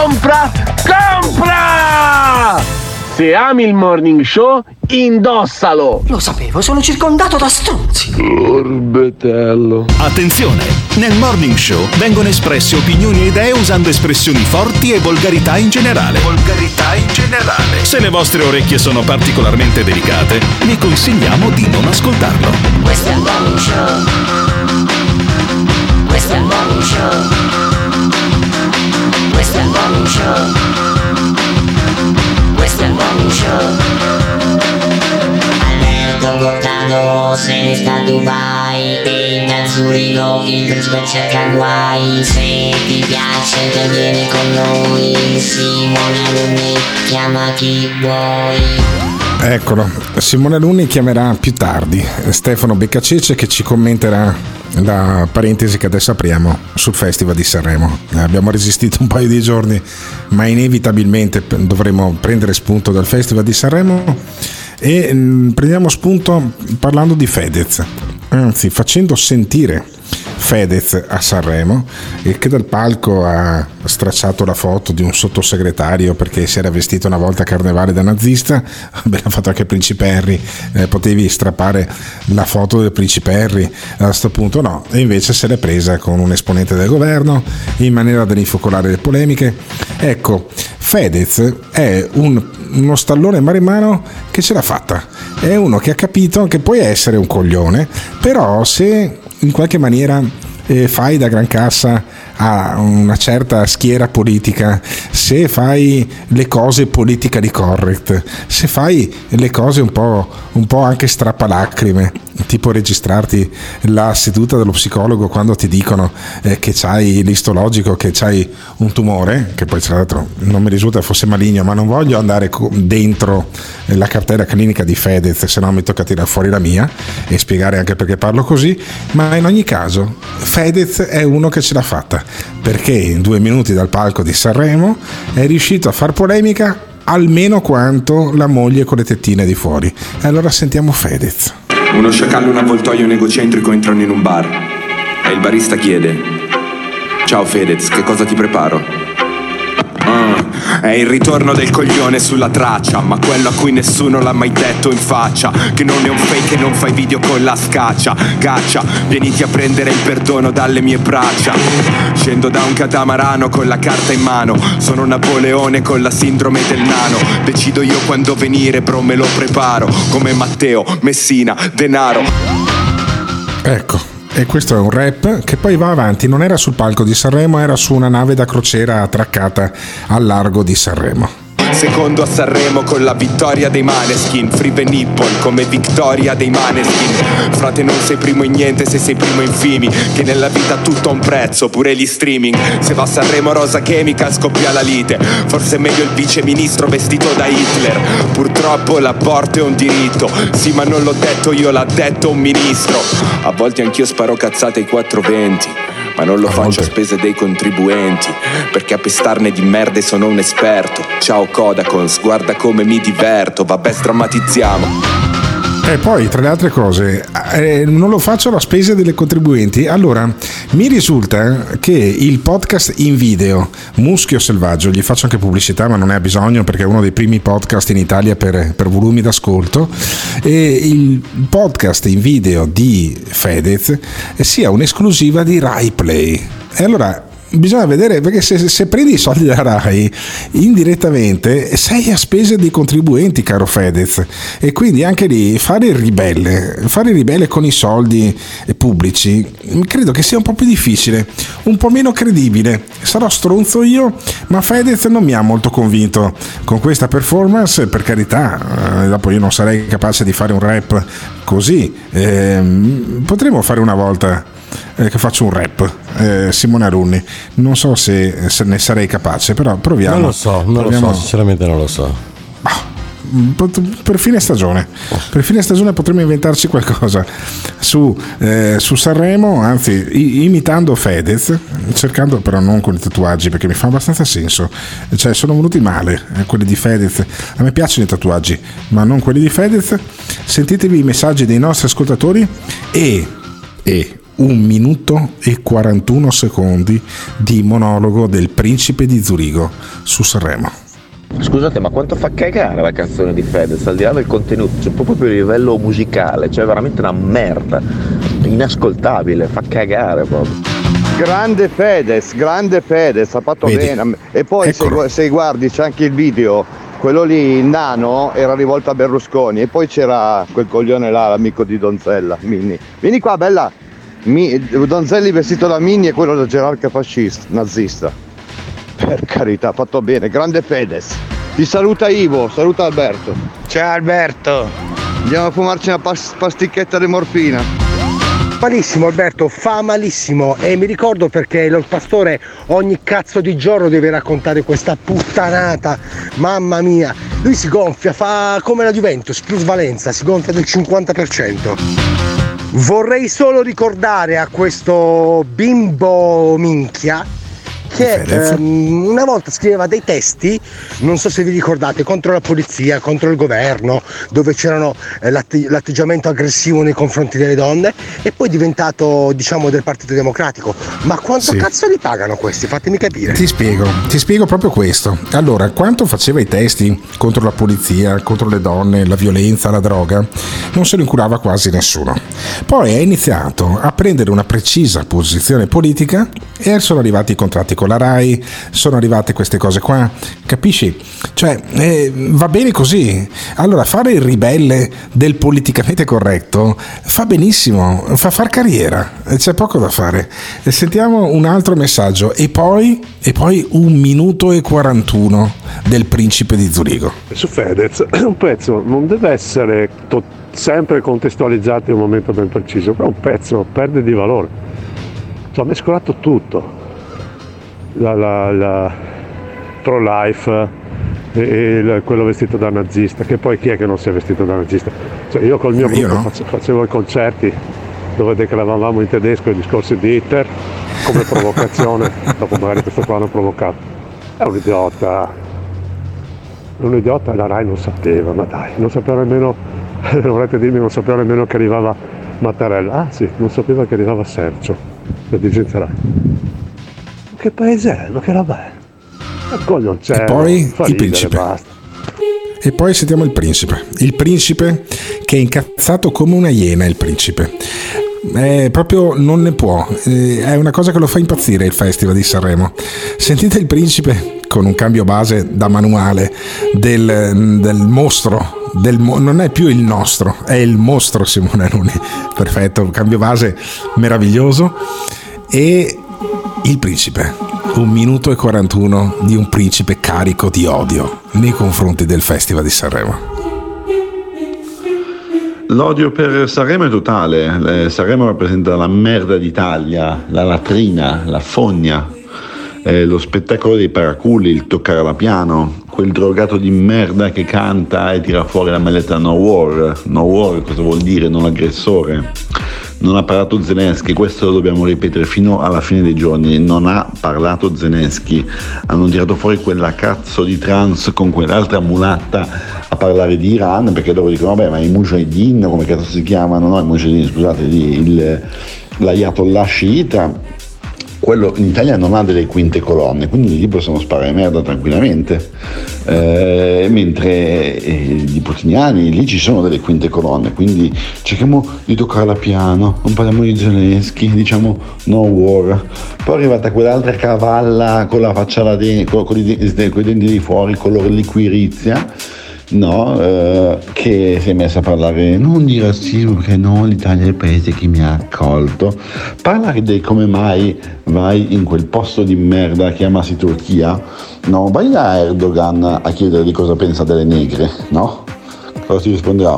[SPEAKER 3] Se ami il Morning Show, indossalo!
[SPEAKER 27] Lo sapevo, sono circondato da stronzi.
[SPEAKER 3] Orbetello.
[SPEAKER 33] Attenzione! Nel Morning Show vengono espresse opinioni e idee usando espressioni forti e volgarità in generale. Se le vostre orecchie sono particolarmente delicate, vi consigliamo di non ascoltarlo.
[SPEAKER 9] Questo è il Morning Show. Questo è il Morning
[SPEAKER 1] Morning Show. Questo è il Morning Show. Questo è il Morning Show. Alberto Gottardo se ne sta a Dubai e da Zurigo il principe cerca guai. Se ti piace te vieni con noi, Simone Alunni chiama chi vuoi.
[SPEAKER 11] Eccolo, Simone Alunni chiamerà più tardi Stefano Beccacece che ci commenterà la parentesi che adesso apriamo sul Festival di Sanremo. Abbiamo resistito un paio di giorni, ma inevitabilmente dovremo prendere spunto dal Festival di Sanremo e prendiamo spunto parlando di Fedez, anzi facendo sentire Fedez a Sanremo, che dal palco ha stracciato la foto di un sottosegretario perché si era vestito una volta a carnevale da nazista. L'ha fatto anche Principe Harry, potevi strappare la foto del Principe Harry, a questo punto no, e invece se l'è presa con un esponente del governo in maniera da rinfocolare le polemiche. Ecco, Fedez è uno stallone maremmano che ce l'ha fatta, è uno che ha capito che puoi essere un coglione, però se in qualche maniera fai da gran cassa a una certa schiera politica, se fai le cose politically correct, se fai le cose un po' anche strappalacrime, tipo registrarti la seduta dello psicologo quando ti dicono che c'hai l'istologico, che c'hai un tumore, che poi tra l'altro non mi risulta fosse maligno, ma non voglio andare dentro la cartella clinica di Fedez, se no mi tocca tirare fuori la mia e spiegare anche perché parlo così. Ma in ogni caso Fedez è uno che ce l'ha fatta, perché in 2 minuti dal palco di Sanremo è riuscito a far polemica almeno quanto la moglie con le tettine di fuori. E allora sentiamo Fedez.
[SPEAKER 4] Uno sciacallo e un avvoltoio negocentrico entrano in un bar e il barista chiede: ciao Fedez, che cosa ti preparo? È il ritorno del coglione sulla traccia, ma quello a cui nessuno l'ha mai detto in faccia, che non è un fake e non fai video con la scaccia. Caccia, vieniti a prendere il perdono dalle mie braccia. Scendo da un catamarano con la carta in mano, sono Napoleone con la sindrome del nano. Decido io quando venire, bro, me lo preparo, come Matteo, Messina, Denaro.
[SPEAKER 11] Ecco, e questo è un rap che poi va avanti, non era sul palco di Sanremo, era su una nave da crociera attraccata al largo di Sanremo.
[SPEAKER 4] Secondo a Sanremo con la vittoria dei Maneskin, Free the Nipple come vittoria dei Maneskin. Frate, non sei primo in niente se sei primo in Fimi, che nella vita tutto ha un prezzo, pure gli streaming. Se va a Sanremo Rosa Chemical scoppia la lite, forse è meglio il viceministro vestito da Hitler. Purtroppo l'aborto è un diritto, sì ma non l'ho detto io, l'ha detto un ministro. A volte anch'io sparo cazzate ai 420, ma non lo faccio a spese dei contribuenti, perché a pestarne di merde sono un esperto. Ciao Kodakons, guarda come mi diverto, vabbè strammatizziamo.
[SPEAKER 11] E poi tra le altre cose non lo faccio alla spesa delle contribuenti. Allora mi risulta che il podcast in video Muschio Selvaggio, gli faccio anche pubblicità ma non ne ha bisogno perché è uno dei primi podcast in Italia per volumi d'ascolto, e il podcast in video di Fedez sia un'esclusiva di Rai Play. E allora bisogna vedere, perché se prendi i soldi da Rai indirettamente sei a spese dei contribuenti, caro Fedez, e quindi anche lì fare il ribelle con i soldi pubblici credo che sia un po' più difficile, un po' meno credibile. Sarò stronzo io, ma Fedez non mi ha molto convinto con questa performance, per carità. Dopo io non sarei capace di fare un rap così, potremmo fare una volta che faccio un rap, Simone Alunni, non so se ne sarei capace, però proviamo.
[SPEAKER 5] Non lo so, sinceramente non lo so.
[SPEAKER 11] Per fine stagione potremmo inventarci qualcosa su Sanremo, anzi imitando Fedez, cercando però non con i tatuaggi, perché mi fa abbastanza senso, cioè sono venuti male quelli di Fedez. A me piacciono i tatuaggi ma non quelli di Fedez. Sentitevi i messaggi dei nostri ascoltatori e 1 minuto e 41 secondi di monologo del Principe di Zurigo su Sanremo.
[SPEAKER 8] Scusate, ma quanto fa cagare la canzone di Fedez, al di là del contenuto, cioè proprio a livello musicale, cioè veramente una merda, inascoltabile, fa cagare proprio.
[SPEAKER 7] Grande Fedez, ha fatto bene. E poi se guardi c'è anche il video, quello lì, il nano, era rivolto a Berlusconi, e poi c'era quel coglione là, l'amico di Donzella, Mini. Vieni qua, bella. Donzelli vestito da Mini e quello da gerarca fascista, nazista. Per carità, fatto bene, grande Fedez. Ti saluta Ivo, saluta Alberto.
[SPEAKER 6] Ciao Alberto.
[SPEAKER 7] Andiamo a fumarci una pasticchetta di morfina.
[SPEAKER 10] Malissimo Alberto, fa malissimo, e mi ricordo perché il pastore ogni cazzo di giorno deve raccontare questa puttanata, mamma mia, lui si gonfia, fa come la Juventus, plusvalenza, si gonfia del 50%. Vorrei solo ricordare a questo bimbo minchia che una volta scriveva dei testi, non so se vi ricordate, contro la polizia, contro il governo, dove c'erano l'atteggiamento aggressivo nei confronti delle donne, e poi è diventato, diciamo, del Partito Democratico. Ma quanto cazzo li pagano questi? Fatemi capire.
[SPEAKER 11] Ti spiego proprio questo. Allora, quanto faceva i testi contro la polizia, contro le donne, la violenza, la droga, non se ne incurava quasi nessuno. Poi ha iniziato a prendere una precisa posizione politica e sono arrivati i contratti con la Rai, sono arrivate queste cose qua, capisci? Cioè, va bene così. Allora, fare il ribelle del politicamente corretto fa benissimo, fa far carriera, c'è poco da fare. Sentiamo un altro messaggio e poi 1 minuto e 41 del Principe di Zurigo.
[SPEAKER 12] Su Fedez, un pezzo non deve essere sempre contestualizzato in un momento ben preciso, però un pezzo perde di valore. Ha mescolato tutto, la pro-life e quello vestito da nazista, che poi chi è che non si è vestito da nazista? Cioè, io col mio gruppo facevo i concerti dove declamavamo in tedesco i discorsi di Hitler come provocazione, dopo magari questo qua l'hanno provocato. È un idiota, la Rai non sapeva, ma dai, non sapeva nemmeno, vorrete dirmi, non sapeva nemmeno che arrivava Mattarella. Ah sì, non sapeva che arrivava Sergio, la dirigenza Rai. Che paese è? Ma che roba è?
[SPEAKER 11] E poi il principe.
[SPEAKER 12] Basta.
[SPEAKER 11] E poi sentiamo il principe che è incazzato come una iena. Il principe proprio non ne può, è una cosa che lo fa impazzire il Festival di Sanremo. Sentite il principe con un cambio base da manuale del mostro, non è più il nostro, è il mostro Simone Alunni. Perfetto, cambio base meraviglioso. E il principe, 1 minuto e 41 di un principe carico di odio nei confronti del Festival di Sanremo.
[SPEAKER 28] L'odio per Sanremo è totale. Sanremo rappresenta la merda d'Italia, la latrina, la fogna, lo spettacolo dei paraculi, il toccare la piano, quel drogato di merda che canta e tira fuori la maglietta No War. No War cosa vuol dire? Non aggressore. Non ha parlato Zelensky, questo lo dobbiamo ripetere fino alla fine dei giorni. Non ha parlato Zelensky. Hanno tirato fuori quella cazzo di trans con quell'altra mulatta a parlare di Iran, perché loro dicono vabbè, ma i mujahideen, come cazzo si chiamano? No, i mujahideen, scusate, l'ayatollah sciita. Quello in Italia non ha delle quinte colonne, quindi gli possono sparare merda tranquillamente, mentre i putiniani lì ci sono delle quinte colonne, quindi cerchiamo di toccarla piano, non parliamo di Zelensky, diciamo no war. Poi è arrivata quell'altra cavalla con la faccia con i denti di fuori, color liquirizia, che si è messa a parlare non di razzismo, perché no, l'Italia è il paese che mi ha accolto, parlare di come mai vai in quel posto di merda che chiamasi Turchia, vai da Erdogan a chiedere di cosa pensa delle negre, cosa ti risponderà?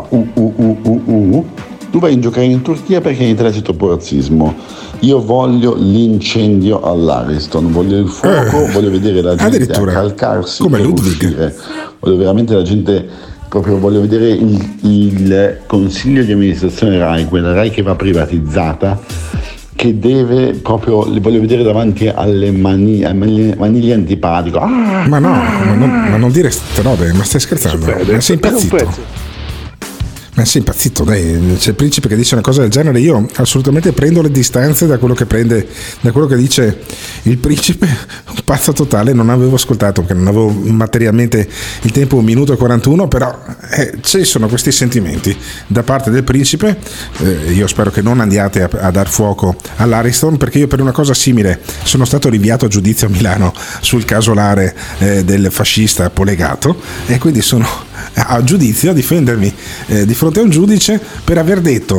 [SPEAKER 28] Tu vai in giocare in Turchia perché in Italia c'è troppo razzismo. Io voglio l'incendio all'Ariston, voglio il fuoco, voglio vedere la gente accalcarsi per uscire. Voglio veramente la gente, proprio voglio vedere il consiglio di amministrazione Rai, quella Rai che va privatizzata, che deve proprio, li voglio vedere davanti alle maniglie antipatico.
[SPEAKER 11] Ma non dire queste robe, ma stai scherzando? Ma sei impazzito? Ma sei impazzito, dai, c'è il principe che dice una cosa del genere, io assolutamente prendo le distanze da quello che dice il principe, un pazzo totale. Non avevo ascoltato perché non avevo materialmente il tempo, 1 minuto e 41, però ci sono questi sentimenti da parte del principe. Io spero che non andiate a dar fuoco all'Ariston, perché io per una cosa simile sono stato rinviato a giudizio a Milano sul casolare del fascista Polegato, e quindi sono a giudizio a difendermi di fronte a un giudice per aver detto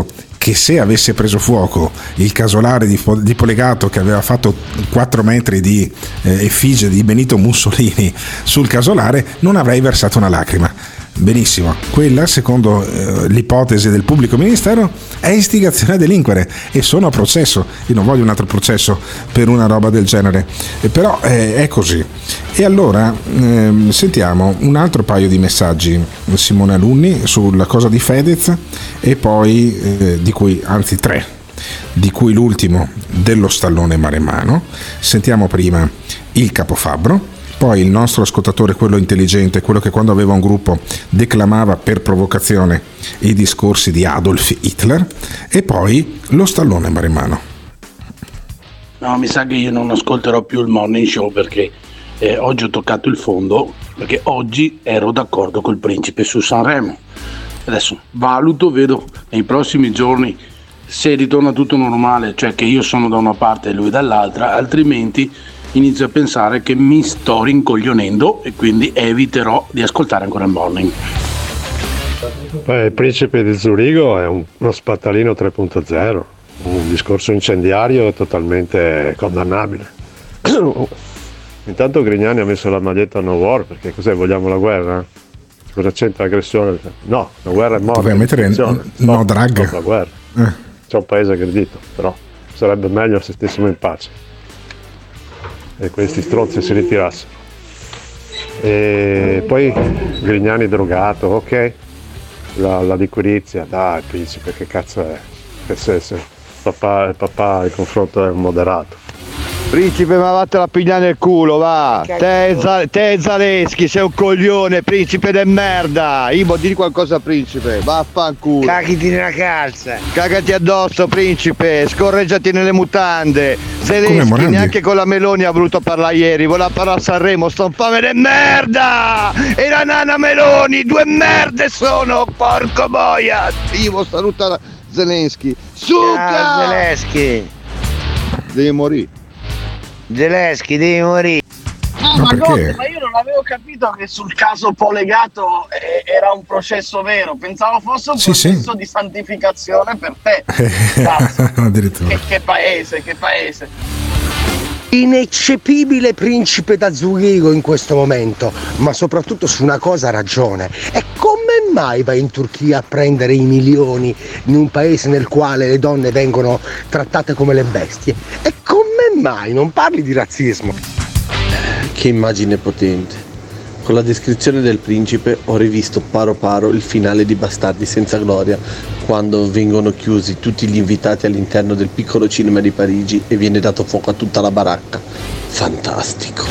[SPEAKER 11] che se avesse preso fuoco il casolare di Polegato, che aveva fatto 4 metri di effigie di Benito Mussolini sul casolare, non avrei versato una lacrima. Benissimo, quella secondo l'ipotesi del pubblico ministero è istigazione a delinquere e sono a processo. Io non voglio un altro processo per una roba del genere, però è così. E allora sentiamo un altro paio di messaggi, Simone Alunni, sulla cosa di Fedez, e poi anzi 3, di cui l'ultimo dello stallone maremmano. Sentiamo prima il capofabbro, poi il nostro ascoltatore, quello intelligente, quello che quando aveva un gruppo declamava per provocazione i discorsi di Adolf Hitler, e poi lo stallone maremmano.
[SPEAKER 6] No, mi sa che io non ascolterò più il Morning Show perché oggi ho toccato il fondo, perché oggi ero d'accordo col principe su Sanremo. Adesso valuto, vedo nei prossimi giorni se ritorna tutto normale, cioè che io sono da una parte e lui dall'altra, altrimenti inizio a pensare che mi sto rincoglionendo e quindi eviterò di ascoltare ancora il Morning.
[SPEAKER 12] Il principe di Zurigo è uno spattalino 3.0, un discorso incendiario totalmente condannabile. Intanto Grignani ha messo la maglietta No War, perché cos'è, vogliamo la guerra? Cosa c'entra l'aggressione? No, la guerra è morta.
[SPEAKER 11] Doveva mettere no drag.
[SPEAKER 12] La guerra. C'è un paese aggredito, però sarebbe meglio se stessimo in pace e questi stronzi si ritirassero. E poi Grignani drogato, ok, la liquirizia, dai principe, che cazzo è? Se papà il confronto è moderato.
[SPEAKER 7] Principe, ma vattene a pigliare nel culo, va! Te Zaleschi, sei un coglione, principe de merda! Ibo, digli qualcosa, principe, vaffanculo!
[SPEAKER 10] Cagati nella calza!
[SPEAKER 7] Cagati addosso, principe, scorreggiati nelle mutande! Zelensky neanche con la Meloni ha voluto parlare ieri, voleva parlare a Sanremo, sto fame de merda! E la nana Meloni, 2 merde sono, porco boia! Ivo, saluta Zelensky! Succa!
[SPEAKER 10] Zelensky!
[SPEAKER 7] Devi morire!
[SPEAKER 10] Zelensky, devi morire.
[SPEAKER 13] Ma io non avevo capito che sul caso Polegato era un processo vero, pensavo fosse un processo di santificazione per te.
[SPEAKER 11] Addirittura.
[SPEAKER 13] Che paese.
[SPEAKER 10] Ineccepibile principe da Zurigo in questo momento, ma soprattutto su una cosa ha ragione. E come mai va in Turchia a prendere i milioni in un paese nel quale le donne vengono trattate come le bestie? E come mai non parli di razzismo?
[SPEAKER 14] Che immagine potente. Con la descrizione del principe ho rivisto paro paro il finale di Bastardi senza gloria, quando vengono chiusi tutti gli invitati all'interno del piccolo cinema di Parigi e viene dato fuoco a tutta la baracca. Fantastico.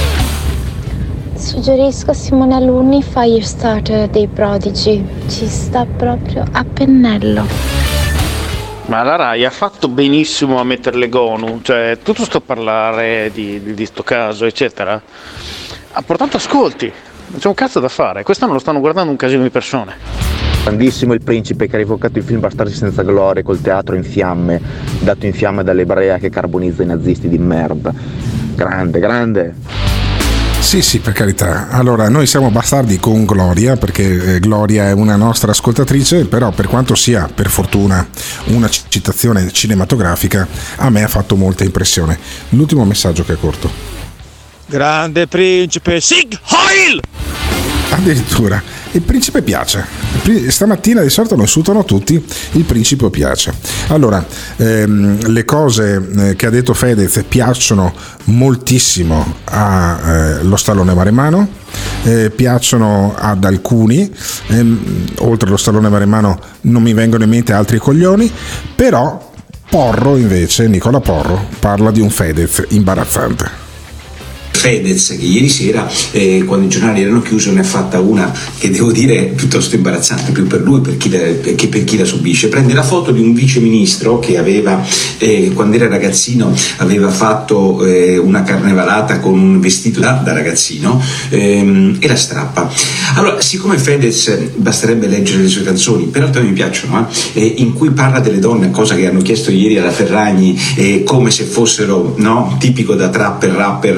[SPEAKER 15] Suggerisco a Simone Alunni Firestarter dei Prodigy, ci sta proprio a pennello.
[SPEAKER 23] Ma la Rai ha fatto benissimo a metterle Gonu, cioè tutto sto parlare di sto caso eccetera ha portato ascolti, non c'è un cazzo da fare, quest'anno lo stanno guardando un casino di persone.
[SPEAKER 8] Grandissimo il principe che ha rivocato il film Bastardi senza gloria col teatro in fiamme, dato in fiamme dall'ebrea che carbonizza i nazisti di merda. Grande.
[SPEAKER 11] Sì, per carità. Allora, noi siamo bastardi con Gloria, perché Gloria è una nostra ascoltatrice, però per quanto sia, per fortuna, una citazione cinematografica, a me ha fatto molta impressione. L'ultimo messaggio che è corto.
[SPEAKER 16] Grande principe, Sig Heil!
[SPEAKER 11] Addirittura, il principe piace. Stamattina di solito lo insultano tutti, il principe piace. Allora, le cose che ha detto Fedez piacciono moltissimo allo stallone maremmano, piacciono ad alcuni, oltre allo stallone maremmano non mi vengono in mente altri coglioni, però Porro invece, Nicola Porro, parla di un Fedez imbarazzante.
[SPEAKER 17] Fedez, che ieri sera quando i giornali erano chiusi ne ha fatta una che devo dire piuttosto imbarazzante, più per lui che per chi la subisce. Prende la foto di un vice ministro che aveva quando era ragazzino aveva fatto una carnevalata con un vestito da ragazzino e la strappa. Allora, siccome Fedez basterebbe leggere le sue canzoni, peraltro mi piacciono, in cui parla delle donne, cosa che hanno chiesto ieri alla Ferragni, come se fossero tipico da trapper rapper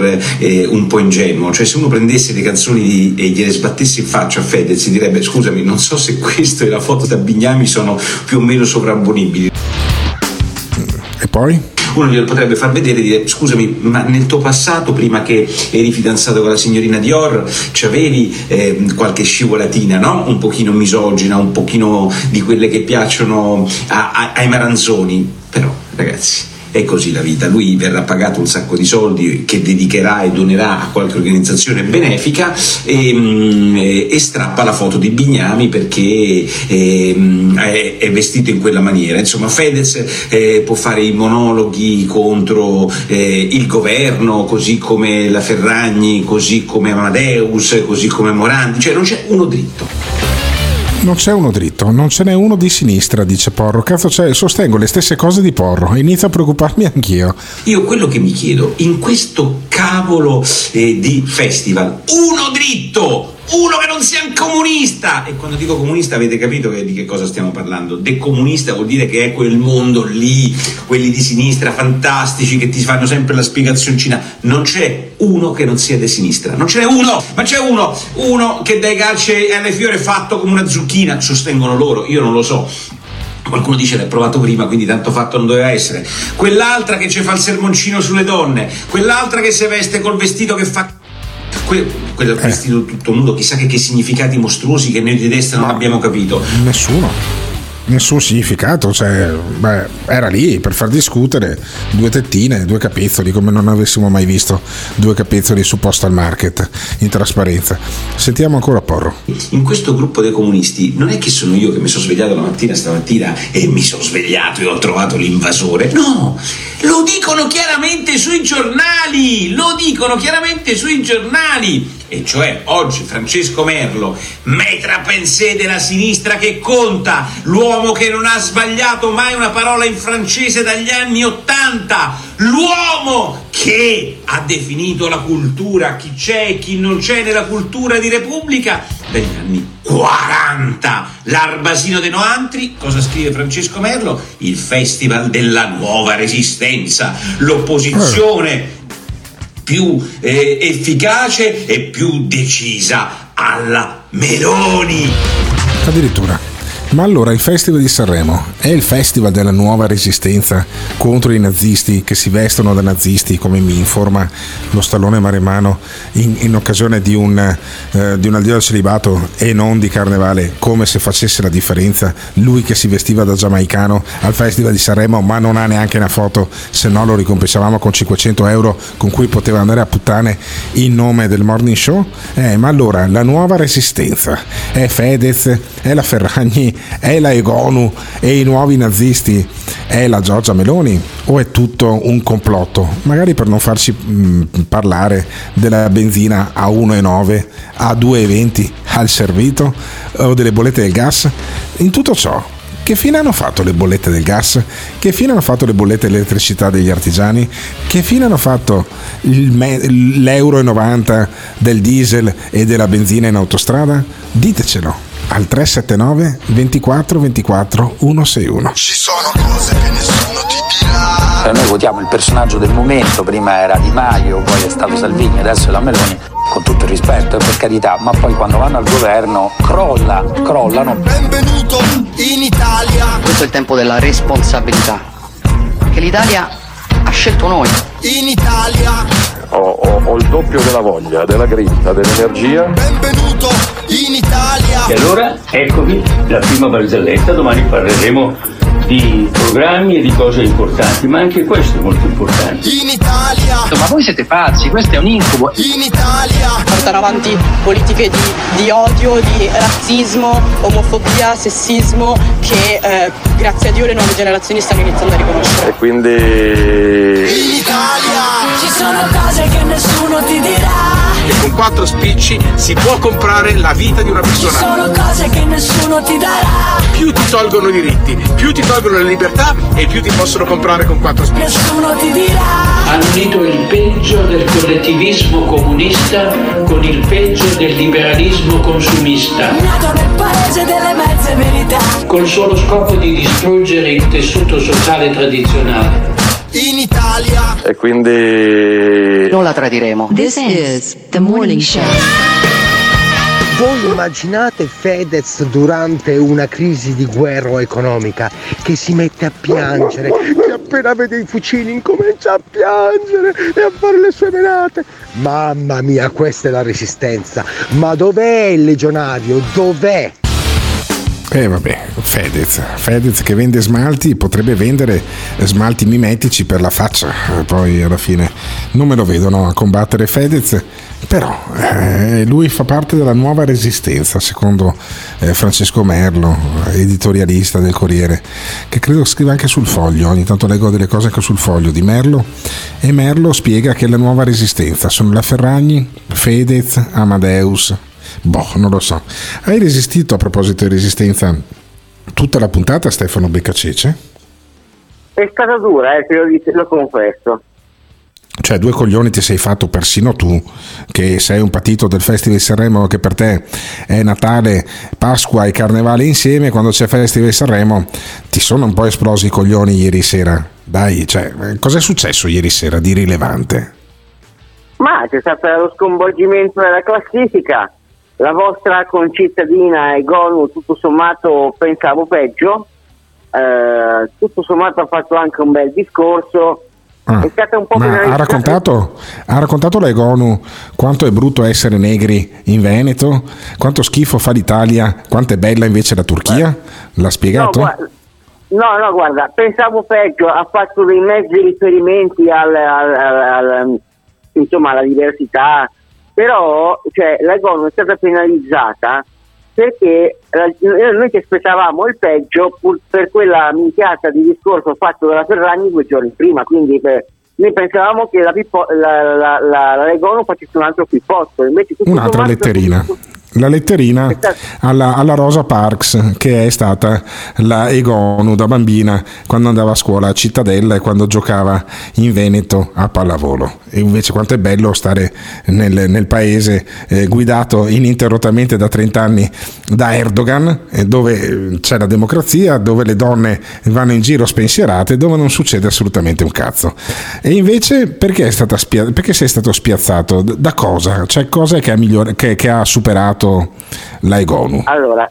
[SPEAKER 17] un po' ingenuo, cioè se uno prendesse le canzoni e gliele sbattesse in faccia a Fedez si direbbe: scusami, non so se questo e la foto da Bignami sono più o meno sovraimponibili.
[SPEAKER 11] E poi?
[SPEAKER 17] Uno glielo potrebbe far vedere e dire: scusami, ma nel tuo passato, prima che eri fidanzato con la signorina Dior, c'avevi qualche scivolatina, no? Un pochino misogina, un pochino di quelle che piacciono ai maranzoni. Però, ragazzi, è così la vita. Lui verrà pagato un sacco di soldi che dedicherà e donerà a qualche organizzazione benefica e strappa la foto di Bignami perché è vestito in quella maniera. Insomma, Fedez può fare i monologhi contro il governo, così come la Ferragni, così come Amadeus, così come Morandi, cioè non c'è uno dritto.
[SPEAKER 11] Non c'è uno dritto, non ce n'è uno di sinistra, dice Porro. Cazzo, sostengo le stesse cose di Porro, inizio a preoccuparmi anch'io.
[SPEAKER 17] Io quello che mi chiedo, in questo cavolo di festival, uno dritto, uno che non sia un comunista, e quando dico comunista avete capito di che cosa stiamo parlando. Decomunista vuol dire che è quel mondo lì, quelli di sinistra fantastici che ti fanno sempre la spiegazioncina. Non c'è uno che non sia di sinistra, non ce n'è uno, ma c'è uno che dai calci alle fiore è fatto come una zucchina, sostengono loro, io non lo so. Qualcuno dice l'hai provato prima, quindi tanto fatto non doveva essere. Quell'altra che ci fa il sermoncino sulle donne, quell'altra che si veste col vestito che fa quel vestito tutto nudo, chissà che significati mostruosi che noi di destra non abbiamo capito.
[SPEAKER 11] Nessun significato, cioè, era lì per far discutere due tettine, due capezzoli, come non avessimo mai visto due capezzoli su Postal Market in trasparenza. Sentiamo ancora Porro.
[SPEAKER 17] In questo gruppo dei comunisti non è che sono io che mi sono svegliato stamattina e mi sono svegliato e ho trovato l'invasore, no, lo dicono chiaramente sui giornali, e cioè oggi Francesco Merlo, maître pensée della sinistra che conta, l'uomo che non ha sbagliato mai una parola in francese dagli anni '80, l'uomo che ha definito la cultura, chi c'è e chi non c'è nella cultura di Repubblica dagli anni 40, l'Arbasino de Noantri. Cosa scrive Francesco Merlo? Il festival della nuova resistenza, l'opposizione più efficace e più decisa alla Meloni.
[SPEAKER 11] Addirittura. Ma allora il Festival di Sanremo è il festival della nuova resistenza contro i nazisti che si vestono da nazisti, come mi informa lo Stallone Maremmano in occasione di un addio al celibato e non di carnevale, come se facesse la differenza lui che si vestiva da giamaicano al Festival di Sanremo, ma non ha neanche una foto, se no lo ricompensavamo con 500 euro con cui poteva andare a puttane in nome del morning show. Ma allora la nuova resistenza è Fedez, è la Ferragni, è la Egonu e i nuovi nazisti, è la Giorgia Meloni, o è tutto un complotto, magari per non farci parlare della benzina a 1,9, a 2,20 al servito, o delle bollette del gas? In tutto ciò, che fine hanno fatto le bollette del gas? Che fine hanno fatto le bollette dell'elettricità degli artigiani? Che fine hanno fatto l'1,90 del diesel e della benzina in autostrada? Ditecelo al 379 24 24 161.
[SPEAKER 2] Ci sono cose che nessuno ti dirà.
[SPEAKER 18] Noi votiamo il personaggio del momento, prima era Di Maio, poi è stato Salvini, adesso è la Meloni, con tutto il rispetto, per carità, ma poi quando vanno al governo crollano.
[SPEAKER 2] Benvenuto in Italia.
[SPEAKER 19] Questo è il tempo della responsabilità, che l'Italia ha scelto noi.
[SPEAKER 2] In Italia.
[SPEAKER 20] Ho il doppio della voglia, della grinta, dell'energia.
[SPEAKER 2] Benvenuto in Italia.
[SPEAKER 21] E allora eccovi la prima barzelletta, domani parleremo di programmi e di cose importanti, ma anche questo è molto importante.
[SPEAKER 2] In Italia.
[SPEAKER 19] Ma voi siete pazzi, questo è un incubo.
[SPEAKER 2] In Italia.
[SPEAKER 22] Portare avanti politiche di odio, di razzismo, omofobia, sessismo che grazie a Dio le nuove generazioni stanno iniziando a riconoscere.
[SPEAKER 20] E quindi
[SPEAKER 2] in Italia
[SPEAKER 24] ci sono cose che nessuno ti dirà.
[SPEAKER 6] E con 4 spicci si può comprare la vita di una persona.
[SPEAKER 24] Ci sono cose che nessuno ti darà.
[SPEAKER 6] Più ti tolgono i diritti, più ti tolgono le libertà e più ti possono comprare con 4 spicci.
[SPEAKER 24] Nessuno ti dirà.
[SPEAKER 25] Hanno unito il peggio del collettivismo comunista con il peggio del liberalismo consumista.
[SPEAKER 24] Nato nel paese delle mezze verità.
[SPEAKER 25] Col solo scopo di distruggere il tessuto sociale tradizionale.
[SPEAKER 2] in Italia.
[SPEAKER 20] E quindi
[SPEAKER 19] Non la tradiremo.
[SPEAKER 24] This is the morning show.
[SPEAKER 10] Voi immaginate Fedez durante una crisi di guerra economica che si mette a piangere, che appena vede i fucili incomincia a piangere e a fare le sue menate? Mamma mia, questa è la resistenza. Ma dov'è il legionario? Dov'è?
[SPEAKER 11] Vabbè, Fedez che vende smalti, potrebbe vendere smalti mimetici per la faccia, poi alla fine non me lo vedono a combattere Fedez, però lui fa parte della nuova resistenza, secondo Francesco Merlo, editorialista del Corriere, che credo scriva anche sul Foglio, ogni tanto leggo delle cose anche sul Foglio di Merlo, e Merlo spiega che la nuova resistenza sono la Ferragni, Fedez, Amadeus. Non lo so. Hai resistito, a proposito di resistenza, tutta la puntata, Stefano Beccacece?
[SPEAKER 1] È stata dura, lo confesso.
[SPEAKER 11] Cioè, 2 coglioni ti sei fatto persino tu, che sei un patito del Festival di Sanremo, che per te è Natale, Pasqua e Carnevale insieme. Quando c'è Festival di Sanremo ti sono un po' esplosi i coglioni ieri sera. Dai, cioè, cosa è successo ieri sera di rilevante?
[SPEAKER 1] Ma c'è stato lo sconvolgimento della classifica. La vostra concittadina Egonu, tutto sommato pensavo peggio, tutto sommato ha fatto anche un bel discorso. È stata un po'
[SPEAKER 11] ha raccontato la Egonu quanto è brutto essere negri in Veneto, quanto schifo fa l'Italia, quanto è bella invece la Turchia? L'ha spiegato?
[SPEAKER 1] No, guarda, pensavo peggio, ha fatto dei mezzi riferimenti insomma alla diversità. Però la Egonu è stata penalizzata perché noi ci aspettavamo il peggio per quella minchiata di discorso fatto dalla Ferragni 2 giorni prima, quindi noi pensavamo che la Egonu facesse un altro pippotto, invece
[SPEAKER 11] un'altra letterina. La letterina alla Rosa Parks, che è stata la Egonu da bambina quando andava a scuola a Cittadella e quando giocava in Veneto a pallavolo. E invece quanto è bello stare nel paese guidato ininterrottamente da 30 anni da Erdogan, dove c'è la democrazia, dove le donne vanno in giro spensierate, dove non succede assolutamente un cazzo. E invece perché sei stato spiazzato? Da cosa? Cioè, cosa è che ha superato la Egonu?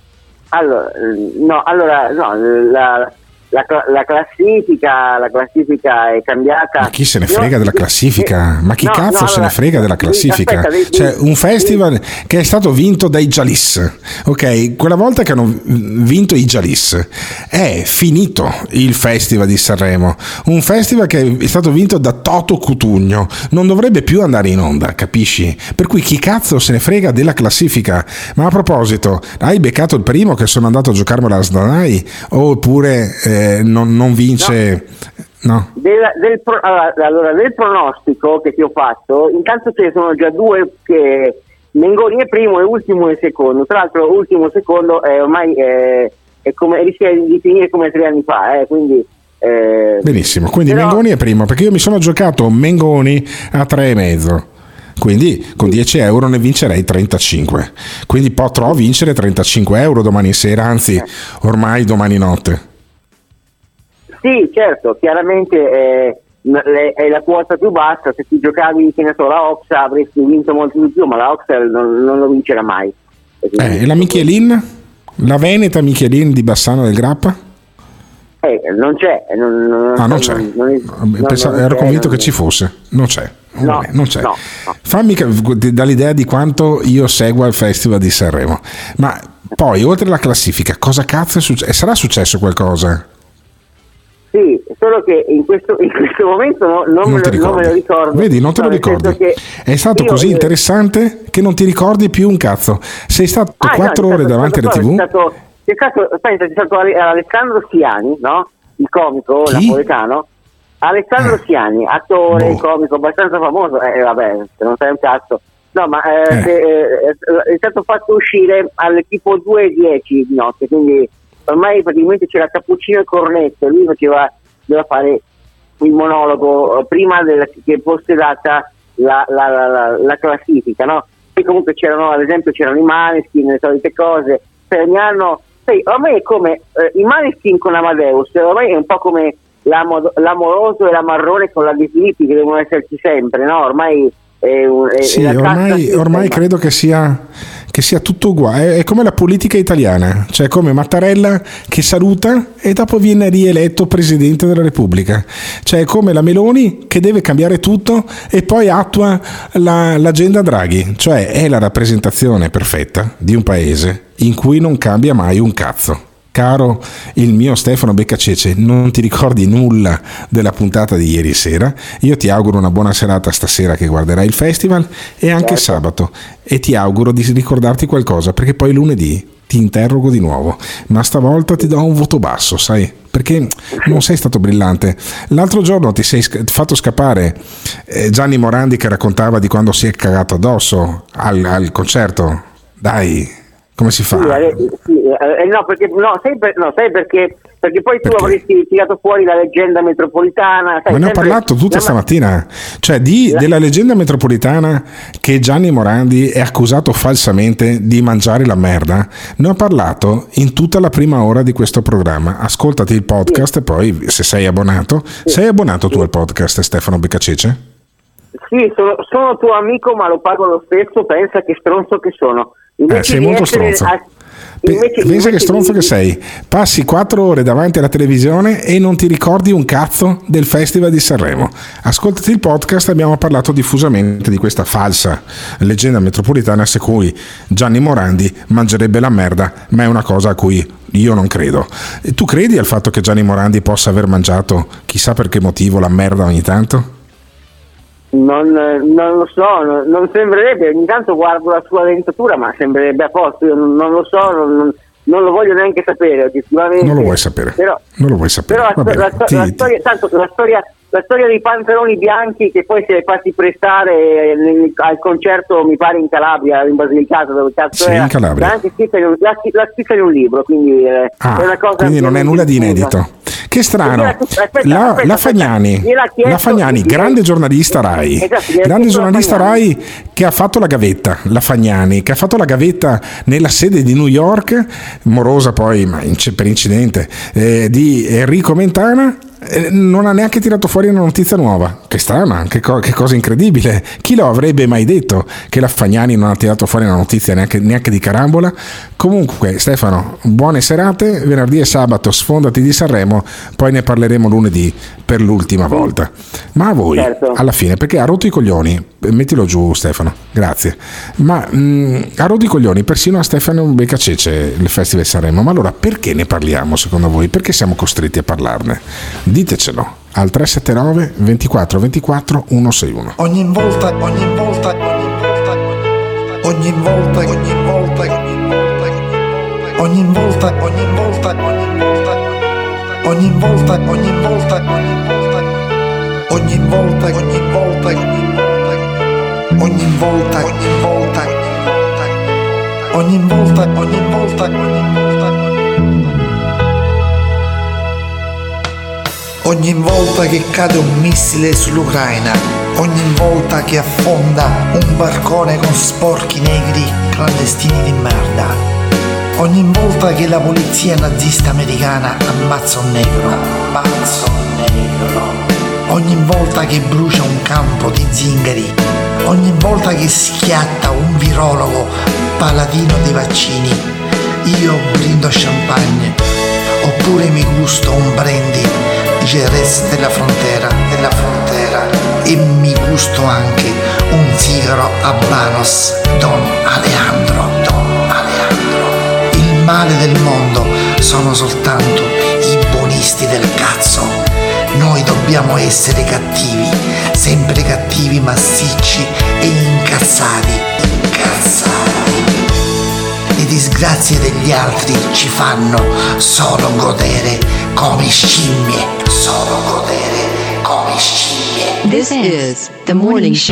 [SPEAKER 1] La classifica è cambiata.
[SPEAKER 11] Ma chi se ne frega della classifica? Ma chi cazzo se ne frega della classifica? C'è un festival che è stato vinto dai Jalis, ok? Quella volta che hanno vinto i Jalis è finito il Festival di Sanremo, un festival che è stato vinto da Toto Cutugno, non dovrebbe più andare in onda, capisci? Per cui chi cazzo se ne frega della classifica? Ma a proposito, hai beccato il primo che sono andato a giocarmela a Sdanai, oppure non vince? No.
[SPEAKER 1] Del pronostico che ti ho fatto, intanto ce ne sono già 2 che Mengoni è primo e ultimo è secondo. Tra l'altro ultimo e secondo ormai è come rischia di finire come 3 anni fa, quindi
[SPEAKER 11] benissimo, quindi però... Mengoni è primo, perché io mi sono giocato Mengoni a 3,5, quindi con 10 euro ne vincerei 35, quindi potrò vincere 35 euro domani sera, anzi ormai domani notte.
[SPEAKER 1] Sì, certo, chiaramente è la quota più bassa. Se ti giocavi, che ne so, la Oxa avresti vinto molto di più, ma la Oxa non lo vincerà mai.
[SPEAKER 11] E la Michelin? La Veneta Michelin di Bassano del Grappa?
[SPEAKER 1] Non c'è.
[SPEAKER 11] Non c'è. Ero convinto che ci fosse. Non c'è. Non c'è. No. Fammi dall'idea di quanto io segua il Festival di Sanremo. Ma poi, oltre alla classifica, cosa cazzo è successo? Sarà successo qualcosa?
[SPEAKER 1] Sì, solo che in questo momento non me lo ricordo.
[SPEAKER 11] Vedi, non te lo ricordi. È stato così interessante che non ti ricordi più un cazzo. Sei stato 4 ore davanti alla TV.
[SPEAKER 1] C'è stato Alessandro Siani, no? Il comico napoletano. Alessandro Siani, attore, comico abbastanza famoso. Vabbè, se non sai un cazzo. No, ma è stato fatto uscire alle tipo 2:10 di notte, quindi ormai praticamente c'era Cappuccino e Cornetto, lui doveva fare il monologo prima che fosse data la classifica, no? E comunque ad esempio c'erano i Maneskin, le solite cose. Ormai è come i Maneskin con Amadeus, ormai è un po' come l'amoroso e l'amarrone con la dislippi che devono esserci sempre, no? Ormai
[SPEAKER 11] ormai credo che sia tutto uguale, è come la politica italiana, cioè come Mattarella che saluta e dopo viene rieletto Presidente della Repubblica, cioè come la Meloni che deve cambiare tutto e poi attua l'agenda Draghi, cioè è la rappresentazione perfetta di un paese in cui non cambia mai un cazzo. Caro il mio Stefano Beccacece, non ti ricordi nulla della puntata di ieri sera? Io ti auguro una buona serata stasera che guarderai il festival e anche sabato, e ti auguro di ricordarti qualcosa, perché poi lunedì ti interrogo di nuovo, ma stavolta ti do un voto basso, sai? Perché non sei stato brillante. L'altro giorno ti sei fatto scappare Gianni Morandi che raccontava di quando si è cagato addosso al concerto. Dai, come si fa? Sai perché poi tu avresti tirato fuori la leggenda metropolitana. Sai, ma ne ho parlato tutta stamattina, cioè della leggenda metropolitana che Gianni Morandi è accusato falsamente di mangiare la merda. Ne ho parlato in tutta la prima ora di questo programma. Ascoltati il podcast e poi, se sei abbonato, sei abbonato tu al podcast, Stefano Beccacece?
[SPEAKER 1] Sì, sono tuo amico, ma lo pago lo stesso. Pensa che stronzo che sono.
[SPEAKER 11] Sei molto stronzo. Pensa che stronzo che sei. Passi 4 ore davanti alla televisione e non ti ricordi un cazzo del Festival di Sanremo. Ascoltati il podcast, abbiamo parlato diffusamente di questa falsa leggenda metropolitana su cui Gianni Morandi mangerebbe la merda, ma è una cosa a cui io non credo. Tu credi al fatto che Gianni Morandi possa aver mangiato, chissà per che motivo, la merda ogni tanto?
[SPEAKER 1] Non lo so, non sembrerebbe, ogni tanto guardo la sua dentatura, ma sembrerebbe a posto, io non lo so, non lo voglio neanche sapere oggettivamente.
[SPEAKER 11] Non lo vuoi sapere, non lo vuoi sapere.
[SPEAKER 1] Però la storia dei pantaloni bianchi che poi si è fatti prestare al concerto, mi pare in Calabria, in Basilicata, dove cazzo
[SPEAKER 11] sì,
[SPEAKER 1] era,
[SPEAKER 11] in Calabria.
[SPEAKER 1] l'ha anche scritta in un libro, quindi è una cosa.
[SPEAKER 11] Quindi non è nulla di inedito. Che strano. La Fagnani, grande giornalista Rai, che ha fatto la gavetta, la Fagnani, che ha fatto la gavetta nella sede di New York, morosa poi, ma per incidente, di Enrico Mentana. Non ha neanche tirato fuori una notizia nuova. Che strana, che cosa incredibile. Chi lo avrebbe mai detto che la Fagnani non ha tirato fuori una notizia neanche di carambola? Comunque, Stefano, buone serate. Venerdì e sabato sfondati di Sanremo, poi ne parleremo lunedì per l'ultima volta. Ma a voi, alla fine, perché ha rotto i coglioni, mettilo giù Stefano, grazie, ma ha rotto i coglioni persino a Stefano Beccacece il Festival di Sanremo. Ma allora perché ne parliamo secondo voi? Perché siamo costretti a parlarne? Ditecelo al 379 24 24 161.
[SPEAKER 3] Ogni volta che cade un missile sull'Ucraina, ogni volta che affonda un barcone con sporchi negri clandestini di merda, ogni volta che la polizia nazista americana ammazza un negro, ogni volta che brucia un campo di zingari, ogni volta che schiatta un virologo paladino dei vaccini, io brindo champagne, oppure mi gusto un brandy Jerez della frontera, e mi gusto anche un sigaro Habanos Don Alejandro. Il male del mondo sono soltanto i buonisti del cazzo. Noi dobbiamo essere cattivi, sempre cattivi, massicci e incazzati. Le disgrazie degli altri ci fanno solo godere come scimmie.
[SPEAKER 24] This is the morning show.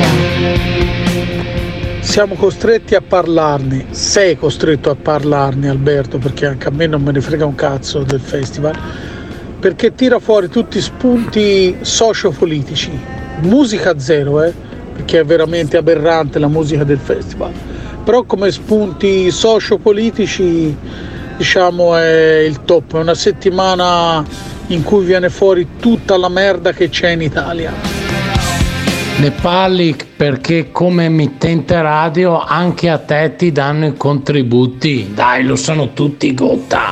[SPEAKER 4] Siamo costretti a parlarne. Sei costretto a parlarne, Alberto, perché anche a me non me ne frega un cazzo del festival, perché tira fuori tutti spunti sociopolitici. Musica zero, perché è veramente aberrante la musica del festival, però come spunti sociopolitici diciamo è il top. È una settimana in cui viene fuori tutta la merda che c'è in Italia.
[SPEAKER 5] Ne parli perché come emittente radio anche a te ti danno i contributi. Dai, lo sanno tutti, Gotta.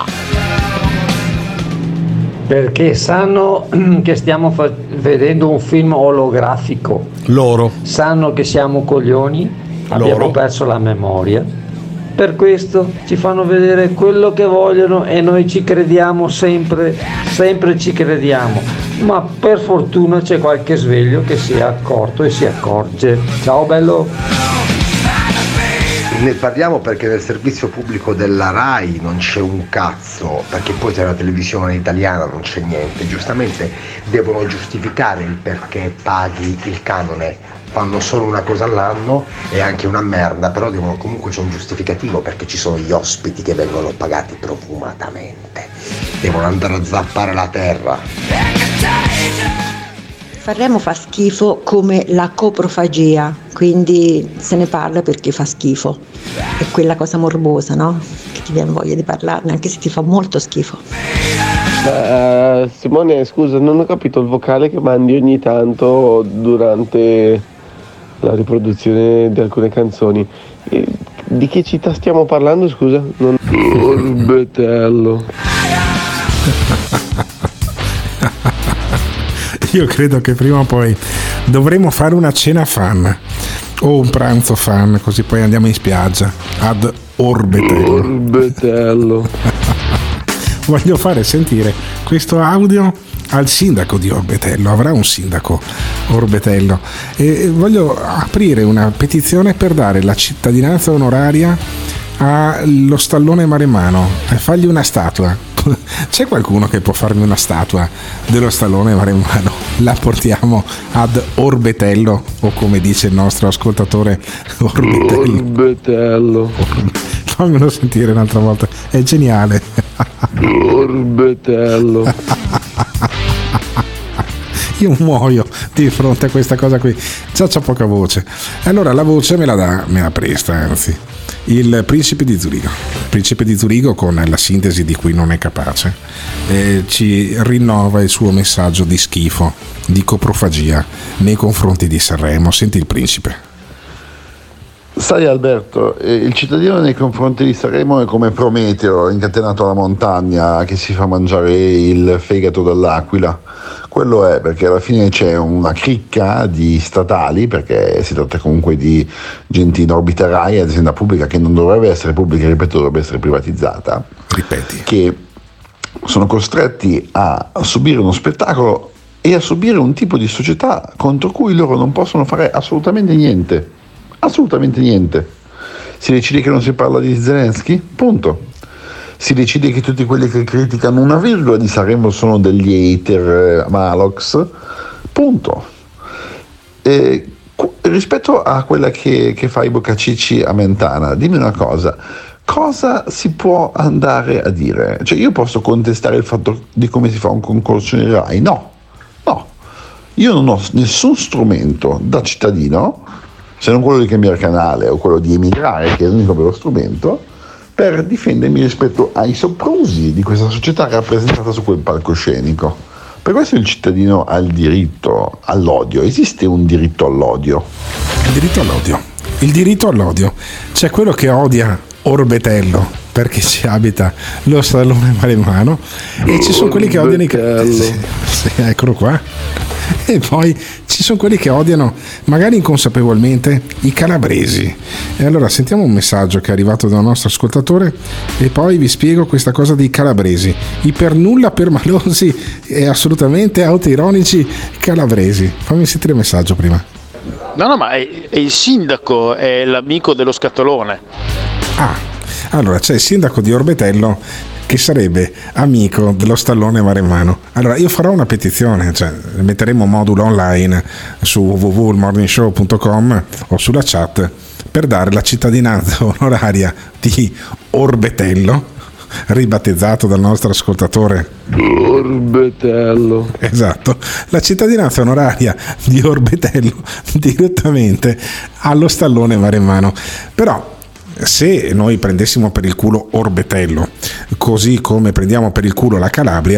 [SPEAKER 7] Perché sanno che stiamo vedendo un film olografico.
[SPEAKER 9] Loro.
[SPEAKER 7] Sanno che siamo coglioni, abbiamo perso la memoria. Per questo ci fanno vedere quello che vogliono e noi ci crediamo sempre ci crediamo. Ma per fortuna c'è qualche sveglio che si è accorto e si accorge. Ciao bello!
[SPEAKER 10] Ne parliamo perché nel servizio pubblico della RAI non c'è un cazzo, perché poi c'è la televisione italiana, non c'è niente. Giustamente devono giustificare il perché paghi il canone. Fanno solo una cosa all'anno, è anche una merda, però comunque c'è un giustificativo, perché ci sono gli ospiti che vengono pagati profumatamente. Devono andare a zappare la terra.
[SPEAKER 12] Sanremo fa schifo come la coprofagia, quindi se ne parla perché fa schifo. È quella cosa morbosa, no? Che ti viene voglia di parlarne, anche se ti fa molto schifo.
[SPEAKER 14] Simone, scusa, non ho capito il vocale che mandi ogni tanto durante la riproduzione di alcune canzoni. Di che città stiamo parlando, scusa? Orbetello.
[SPEAKER 11] Io credo che prima o poi dovremo fare una cena fan o un pranzo fan, così poi andiamo in spiaggia ad Orbetello. Voglio fare sentire questo audio al sindaco di Orbetello. Avrà un sindaco Orbetello e voglio aprire una petizione per dare la cittadinanza onoraria allo stallone maremmano e fargli una statua. C'è qualcuno che può farmi una statua dello stallone maremmano? La portiamo ad Orbetello, o come dice il nostro ascoltatore, Orbetello. Fammelo sentire un'altra volta, è geniale.
[SPEAKER 14] Orbetello.
[SPEAKER 11] Io muoio di fronte a questa cosa qui. Già c'ho poca voce. Allora la voce me la presta, anzi, il Principe di Zurigo. Il Principe di Zurigo, con la sintesi di cui non è capace, ci rinnova il suo messaggio di schifo, di coprofagia nei confronti di Sanremo. Senti il Principe.
[SPEAKER 13] Sai Alberto, il cittadino nei confronti di Sanremo è come Prometeo incatenato alla montagna che si fa mangiare il fegato dall'aquila. Quello è perché alla fine c'è una cricca di statali, perché si tratta comunque di gente in orbita RAI, azienda pubblica che non dovrebbe essere pubblica, ripeto, dovrebbe essere privatizzata.
[SPEAKER 11] Ripeti.
[SPEAKER 13] Che sono costretti a subire uno spettacolo e a subire un tipo di società contro cui loro non possono fare assolutamente niente. Assolutamente niente. Si decide che non si parla di Zelensky? Punto. Si decide che tutti quelli che criticano una virgola di Sanremo sono degli hater Malox? Punto. Rispetto a quella che fa i Boccacicci a Mentana, dimmi una cosa si può andare a dire? Cioè, io posso contestare il fatto di come si fa un concorso in Rai? No. Io non ho nessun strumento da cittadino, se non quello di cambiare canale o quello di emigrare, che è l'unico vero strumento, per difendermi rispetto ai soprusi di questa società rappresentata su quel palcoscenico. Per questo il cittadino ha il diritto all'odio. Esiste un diritto all'odio? Il diritto all'odio. C'è quello che odia Orbetello perché ci abita lo stallone maremmano, e ci sono quelli che odiano eccolo qua. E poi ci sono quelli che odiano, magari inconsapevolmente, i calabresi. E allora sentiamo un messaggio che è arrivato da un nostro ascoltatore e poi vi spiego questa cosa dei calabresi, i per nulla permalosi e assolutamente autoironici calabresi. Fammi sentire il messaggio prima.
[SPEAKER 23] No, ma è il sindaco, è l'amico dello scatolone.
[SPEAKER 11] Allora c'è il sindaco di Orbetello che sarebbe amico dello stallone maremmano. Allora io farò una petizione, cioè metteremo modulo online su www.morningshow.com o sulla chat per dare la cittadinanza onoraria di Orbetello, ribattezzato dal nostro ascoltatore
[SPEAKER 14] Orbetello.
[SPEAKER 11] Esatto, la cittadinanza onoraria di Orbetello direttamente allo stallone maremmano. Però se noi prendessimo per il culo Orbetello, così come prendiamo per il culo la Calabria,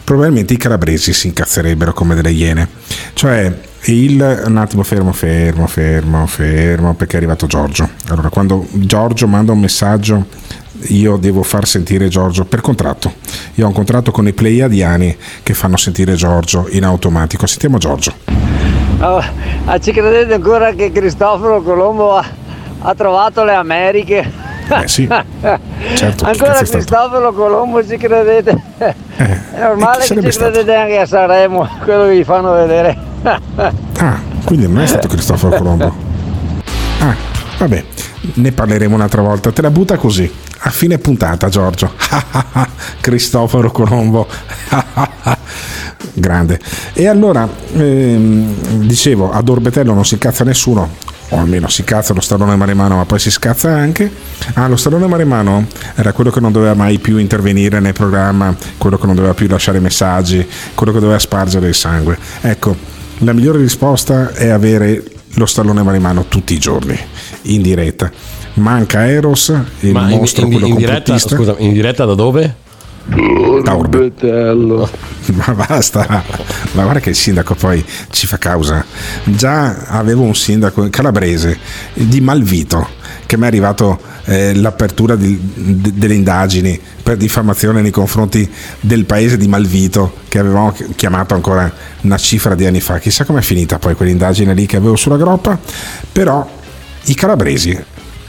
[SPEAKER 11] probabilmente i calabresi si incazzerebbero come delle iene. Cioè un attimo, fermo, perché è arrivato Giorgio. Allora, quando Giorgio manda un messaggio, io devo far sentire Giorgio per contratto. Io ho un contratto con i pleiadiani che fanno sentire Giorgio in automatico. Sentiamo Giorgio.
[SPEAKER 7] Ci credete ancora che Cristoforo Colombo ha trovato le Americhe?
[SPEAKER 11] Sì, certo.
[SPEAKER 7] Ancora Cristoforo Colombo ci credete? È normale che ci credete anche a Sanremo, quello che vi fanno vedere.
[SPEAKER 11] Quindi non è stato Cristoforo Colombo. Vabbè, ne parleremo un'altra volta. Te la butta così, a fine puntata, Giorgio. Cristoforo Colombo. Grande. E allora, dicevo, ad Orbetello non si incazza nessuno, o almeno si cazza lo Stallone Maremano, ma poi si scazza anche. Lo Stallone Maremano era quello che non doveva mai più intervenire nel programma, quello che non doveva più lasciare messaggi, quello che doveva spargere il sangue. Ecco, la migliore risposta è avere lo Stallone Maremano tutti i giorni in diretta. Manca Eros, il mostro, quello complottista.
[SPEAKER 8] Scusa, in diretta da dove?
[SPEAKER 11] Da Orbetello. Ma basta, ma guarda che il sindaco poi ci fa causa. Già avevo un sindaco calabrese di Malvito che mi è arrivato l'apertura delle indagini per diffamazione nei confronti del paese di Malvito, che avevamo chiamato ancora una cifra di anni fa. Chissà com'è finita poi quell'indagine lì che avevo sulla groppa. Però i calabresi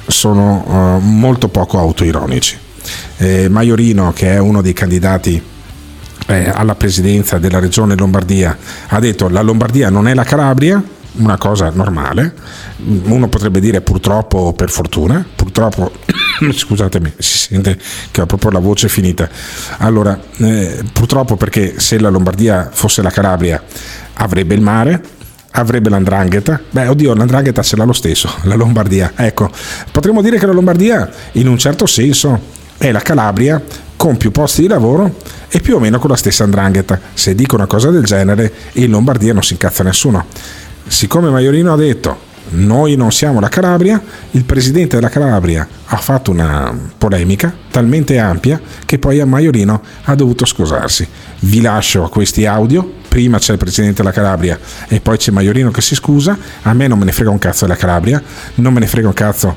[SPEAKER 11] sono molto poco autoironici. Maiorino, che è uno dei candidati alla presidenza della regione Lombardia, ha detto: la Lombardia non è la Calabria, una cosa normale. Uno potrebbe dire purtroppo o per fortuna. Purtroppo scusatemi, si sente che ho proprio la voce finita. Allora, purtroppo, perché se la Lombardia fosse la Calabria avrebbe il mare, avrebbe l'andrangheta. L'andrangheta ce l'ha lo stesso la Lombardia. Ecco, potremmo dire che la Lombardia in un certo senso è la Calabria con più posti di lavoro e più o meno con la stessa andrangheta. Se dico una cosa del genere, in Lombardia non si incazza nessuno. Siccome Maiorino ha detto noi non siamo la Calabria, il presidente della Calabria ha fatto una polemica talmente ampia che poi a Maiorino ha dovuto scusarsi. Vi lascio questi audio. Prima c'è il presidente della Calabria e poi c'è Maiorino che si scusa. A me non me ne frega un cazzo della Calabria, non me ne frega un cazzo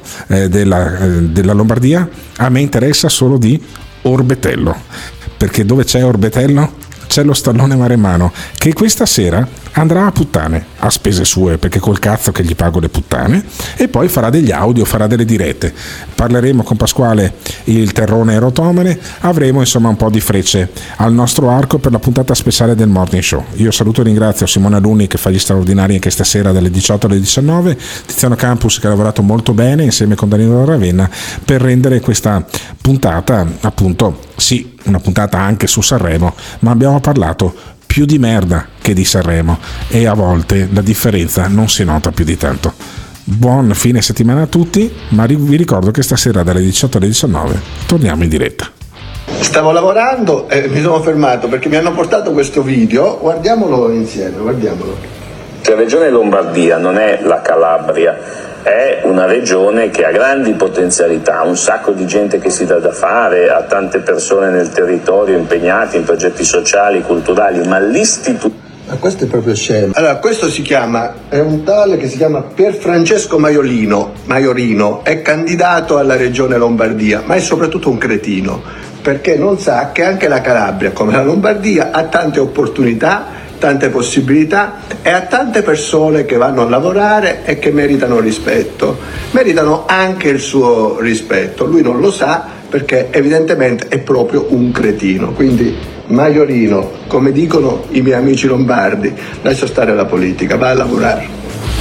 [SPEAKER 11] della Lombardia. A me interessa solo di Orbetello, perché dove c'è Orbetello c'è lo Stallone Maremano, che questa sera andrà a puttane a spese sue, perché col cazzo che gli pago le puttane, e poi farà degli audio, farà delle dirette. Parleremo con Pasquale il Terrone Erotomane, avremo insomma un po' di frecce al nostro arco per la puntata speciale del Morning Show. Io saluto e ringrazio Simone Alunni, che fa gli straordinari anche stasera dalle 18 alle 19, Tiziano Campus, che ha lavorato molto bene insieme con Danilo Ravenna per rendere questa puntata, appunto, sì, una puntata anche su Sanremo, ma abbiamo parlato più di merda che di Sanremo e a volte la differenza non si nota più di tanto. Buon fine settimana a tutti, ma vi ricordo che stasera dalle 18 alle 19 torniamo in diretta.
[SPEAKER 9] Stavo lavorando e mi sono fermato perché mi hanno portato questo video, guardiamolo insieme, guardiamolo.
[SPEAKER 15] La regione Lombardia non è la Calabria, è una regione che ha grandi potenzialità, un sacco di gente che si dà da fare, ha tante persone nel territorio impegnate in progetti sociali, culturali, ma l'istituto...
[SPEAKER 9] Ma questo è proprio scemo. Allora, questo è un tale che si chiama Pier Francesco Maiorino, è candidato alla regione Lombardia, ma è soprattutto un cretino, perché non sa che anche la Calabria, come la Lombardia, ha tante opportunità, tante possibilità e ha tante persone che vanno a lavorare e che meritano rispetto, meritano anche il suo rispetto. Lui non lo sa perché evidentemente è proprio un cretino. Quindi Maiorino, come dicono i miei amici lombardi, lascia stare la politica, va a lavorare.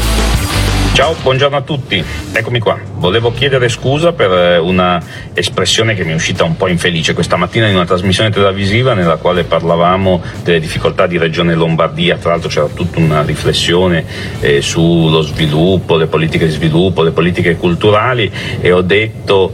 [SPEAKER 16] Ciao, buongiorno a tutti, eccomi qua. Volevo chiedere scusa per una espressione che mi è uscita un po' infelice questa mattina in una trasmissione televisiva nella quale parlavamo delle difficoltà di Regione Lombardia. Tra l'altro c'era tutta una riflessione sullo sviluppo, le politiche di sviluppo, le politiche culturali, e ho detto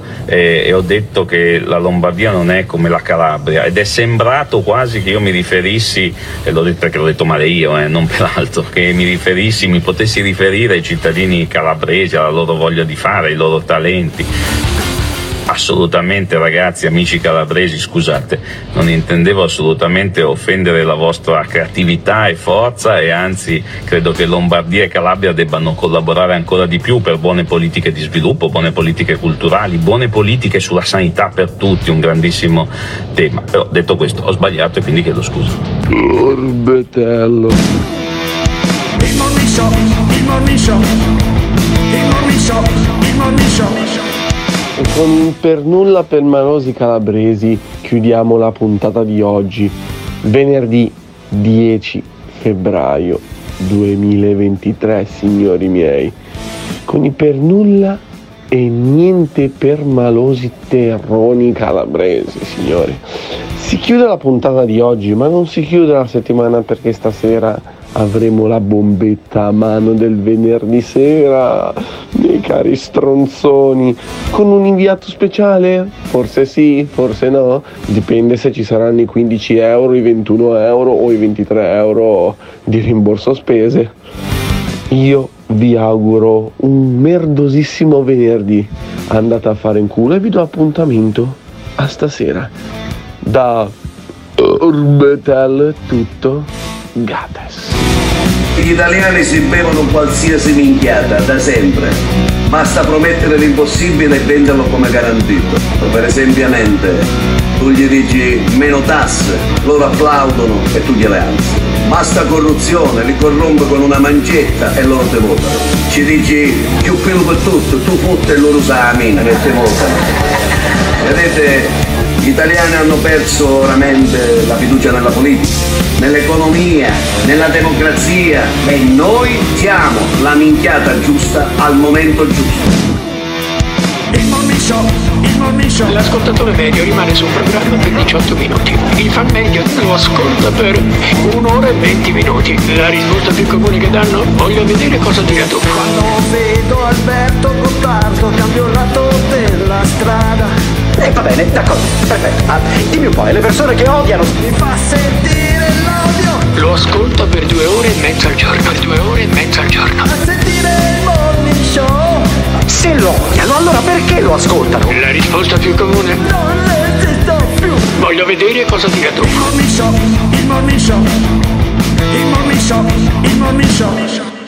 [SPEAKER 16] che la Lombardia non è come la Calabria, ed è sembrato quasi che io mi riferissi, e l'ho detto perché l'ho detto male io, non per altro, che mi potessi riferire ai cittadini calabresi, alla loro voglia di fare, ai loro talenti. assolutamente, ragazzi, amici calabresi, scusate, non intendevo assolutamente offendere la vostra creatività e forza, e anzi credo che Lombardia e Calabria debbano collaborare ancora di più per buone politiche di sviluppo, buone politiche culturali, buone politiche sulla sanità per tutti, un grandissimo tema. Però detto questo ho sbagliato e quindi chiedo scusa.
[SPEAKER 14] Orbetello.
[SPEAKER 2] Il morning show.
[SPEAKER 14] Con per nulla permalosi calabresi chiudiamo la puntata di oggi, venerdì 10 febbraio 2023, signori miei, con i per nulla e niente permalosi terroni calabresi, signori. Si chiude la puntata di oggi, ma non si chiude la settimana, perché stasera avremo la bombetta a mano del venerdì sera, miei cari stronzoni, con un inviato speciale? Forse sì, forse no, dipende se ci saranno i 15 euro, i 21 euro o i 23 euro di rimborso spese. Io vi auguro un merdosissimo venerdì, andate a fare in culo e vi do appuntamento a stasera. Da Orbetel tutto, Gates.
[SPEAKER 8] Gli italiani si bevono qualsiasi minchiata, da sempre. Basta promettere l'impossibile e venderlo come garantito. Per esempio, tu gli dici meno tasse, loro applaudono e tu gliele alzi. Basta corruzione, li corrompe con una mancetta e loro te votano. Ci dici più pelo per tutto, tu fotte e loro usa la mina che te votano. Vedete, gli italiani hanno perso veramente la fiducia nella politica, nell'economia, nella democrazia, e noi siamo la minchiata giusta al momento giusto.
[SPEAKER 25] Il morning show. L'ascoltatore medio rimane sul programma per 18 minuti. Il fan medio lo ascolta per 1 ora e 20 minuti. La risposta più comune che danno: voglio vedere cosa dirà dopo.
[SPEAKER 2] Quando vedo Alberto Gottardo cambio il lato della strada.
[SPEAKER 17] Va bene, d'accordo, perfetto. Dimmi un po', le persone che odiano
[SPEAKER 2] Mi fa sentire l'odio.
[SPEAKER 25] Lo ascolta per 2 ore e mezza al giorno.
[SPEAKER 2] A sentire il morning show.
[SPEAKER 17] Se lo odiano, allora perché lo ascoltano?
[SPEAKER 25] La risposta più comune:
[SPEAKER 2] non esisto più.
[SPEAKER 25] voglio vedere cosa dirà dopo.
[SPEAKER 2] Il morning show.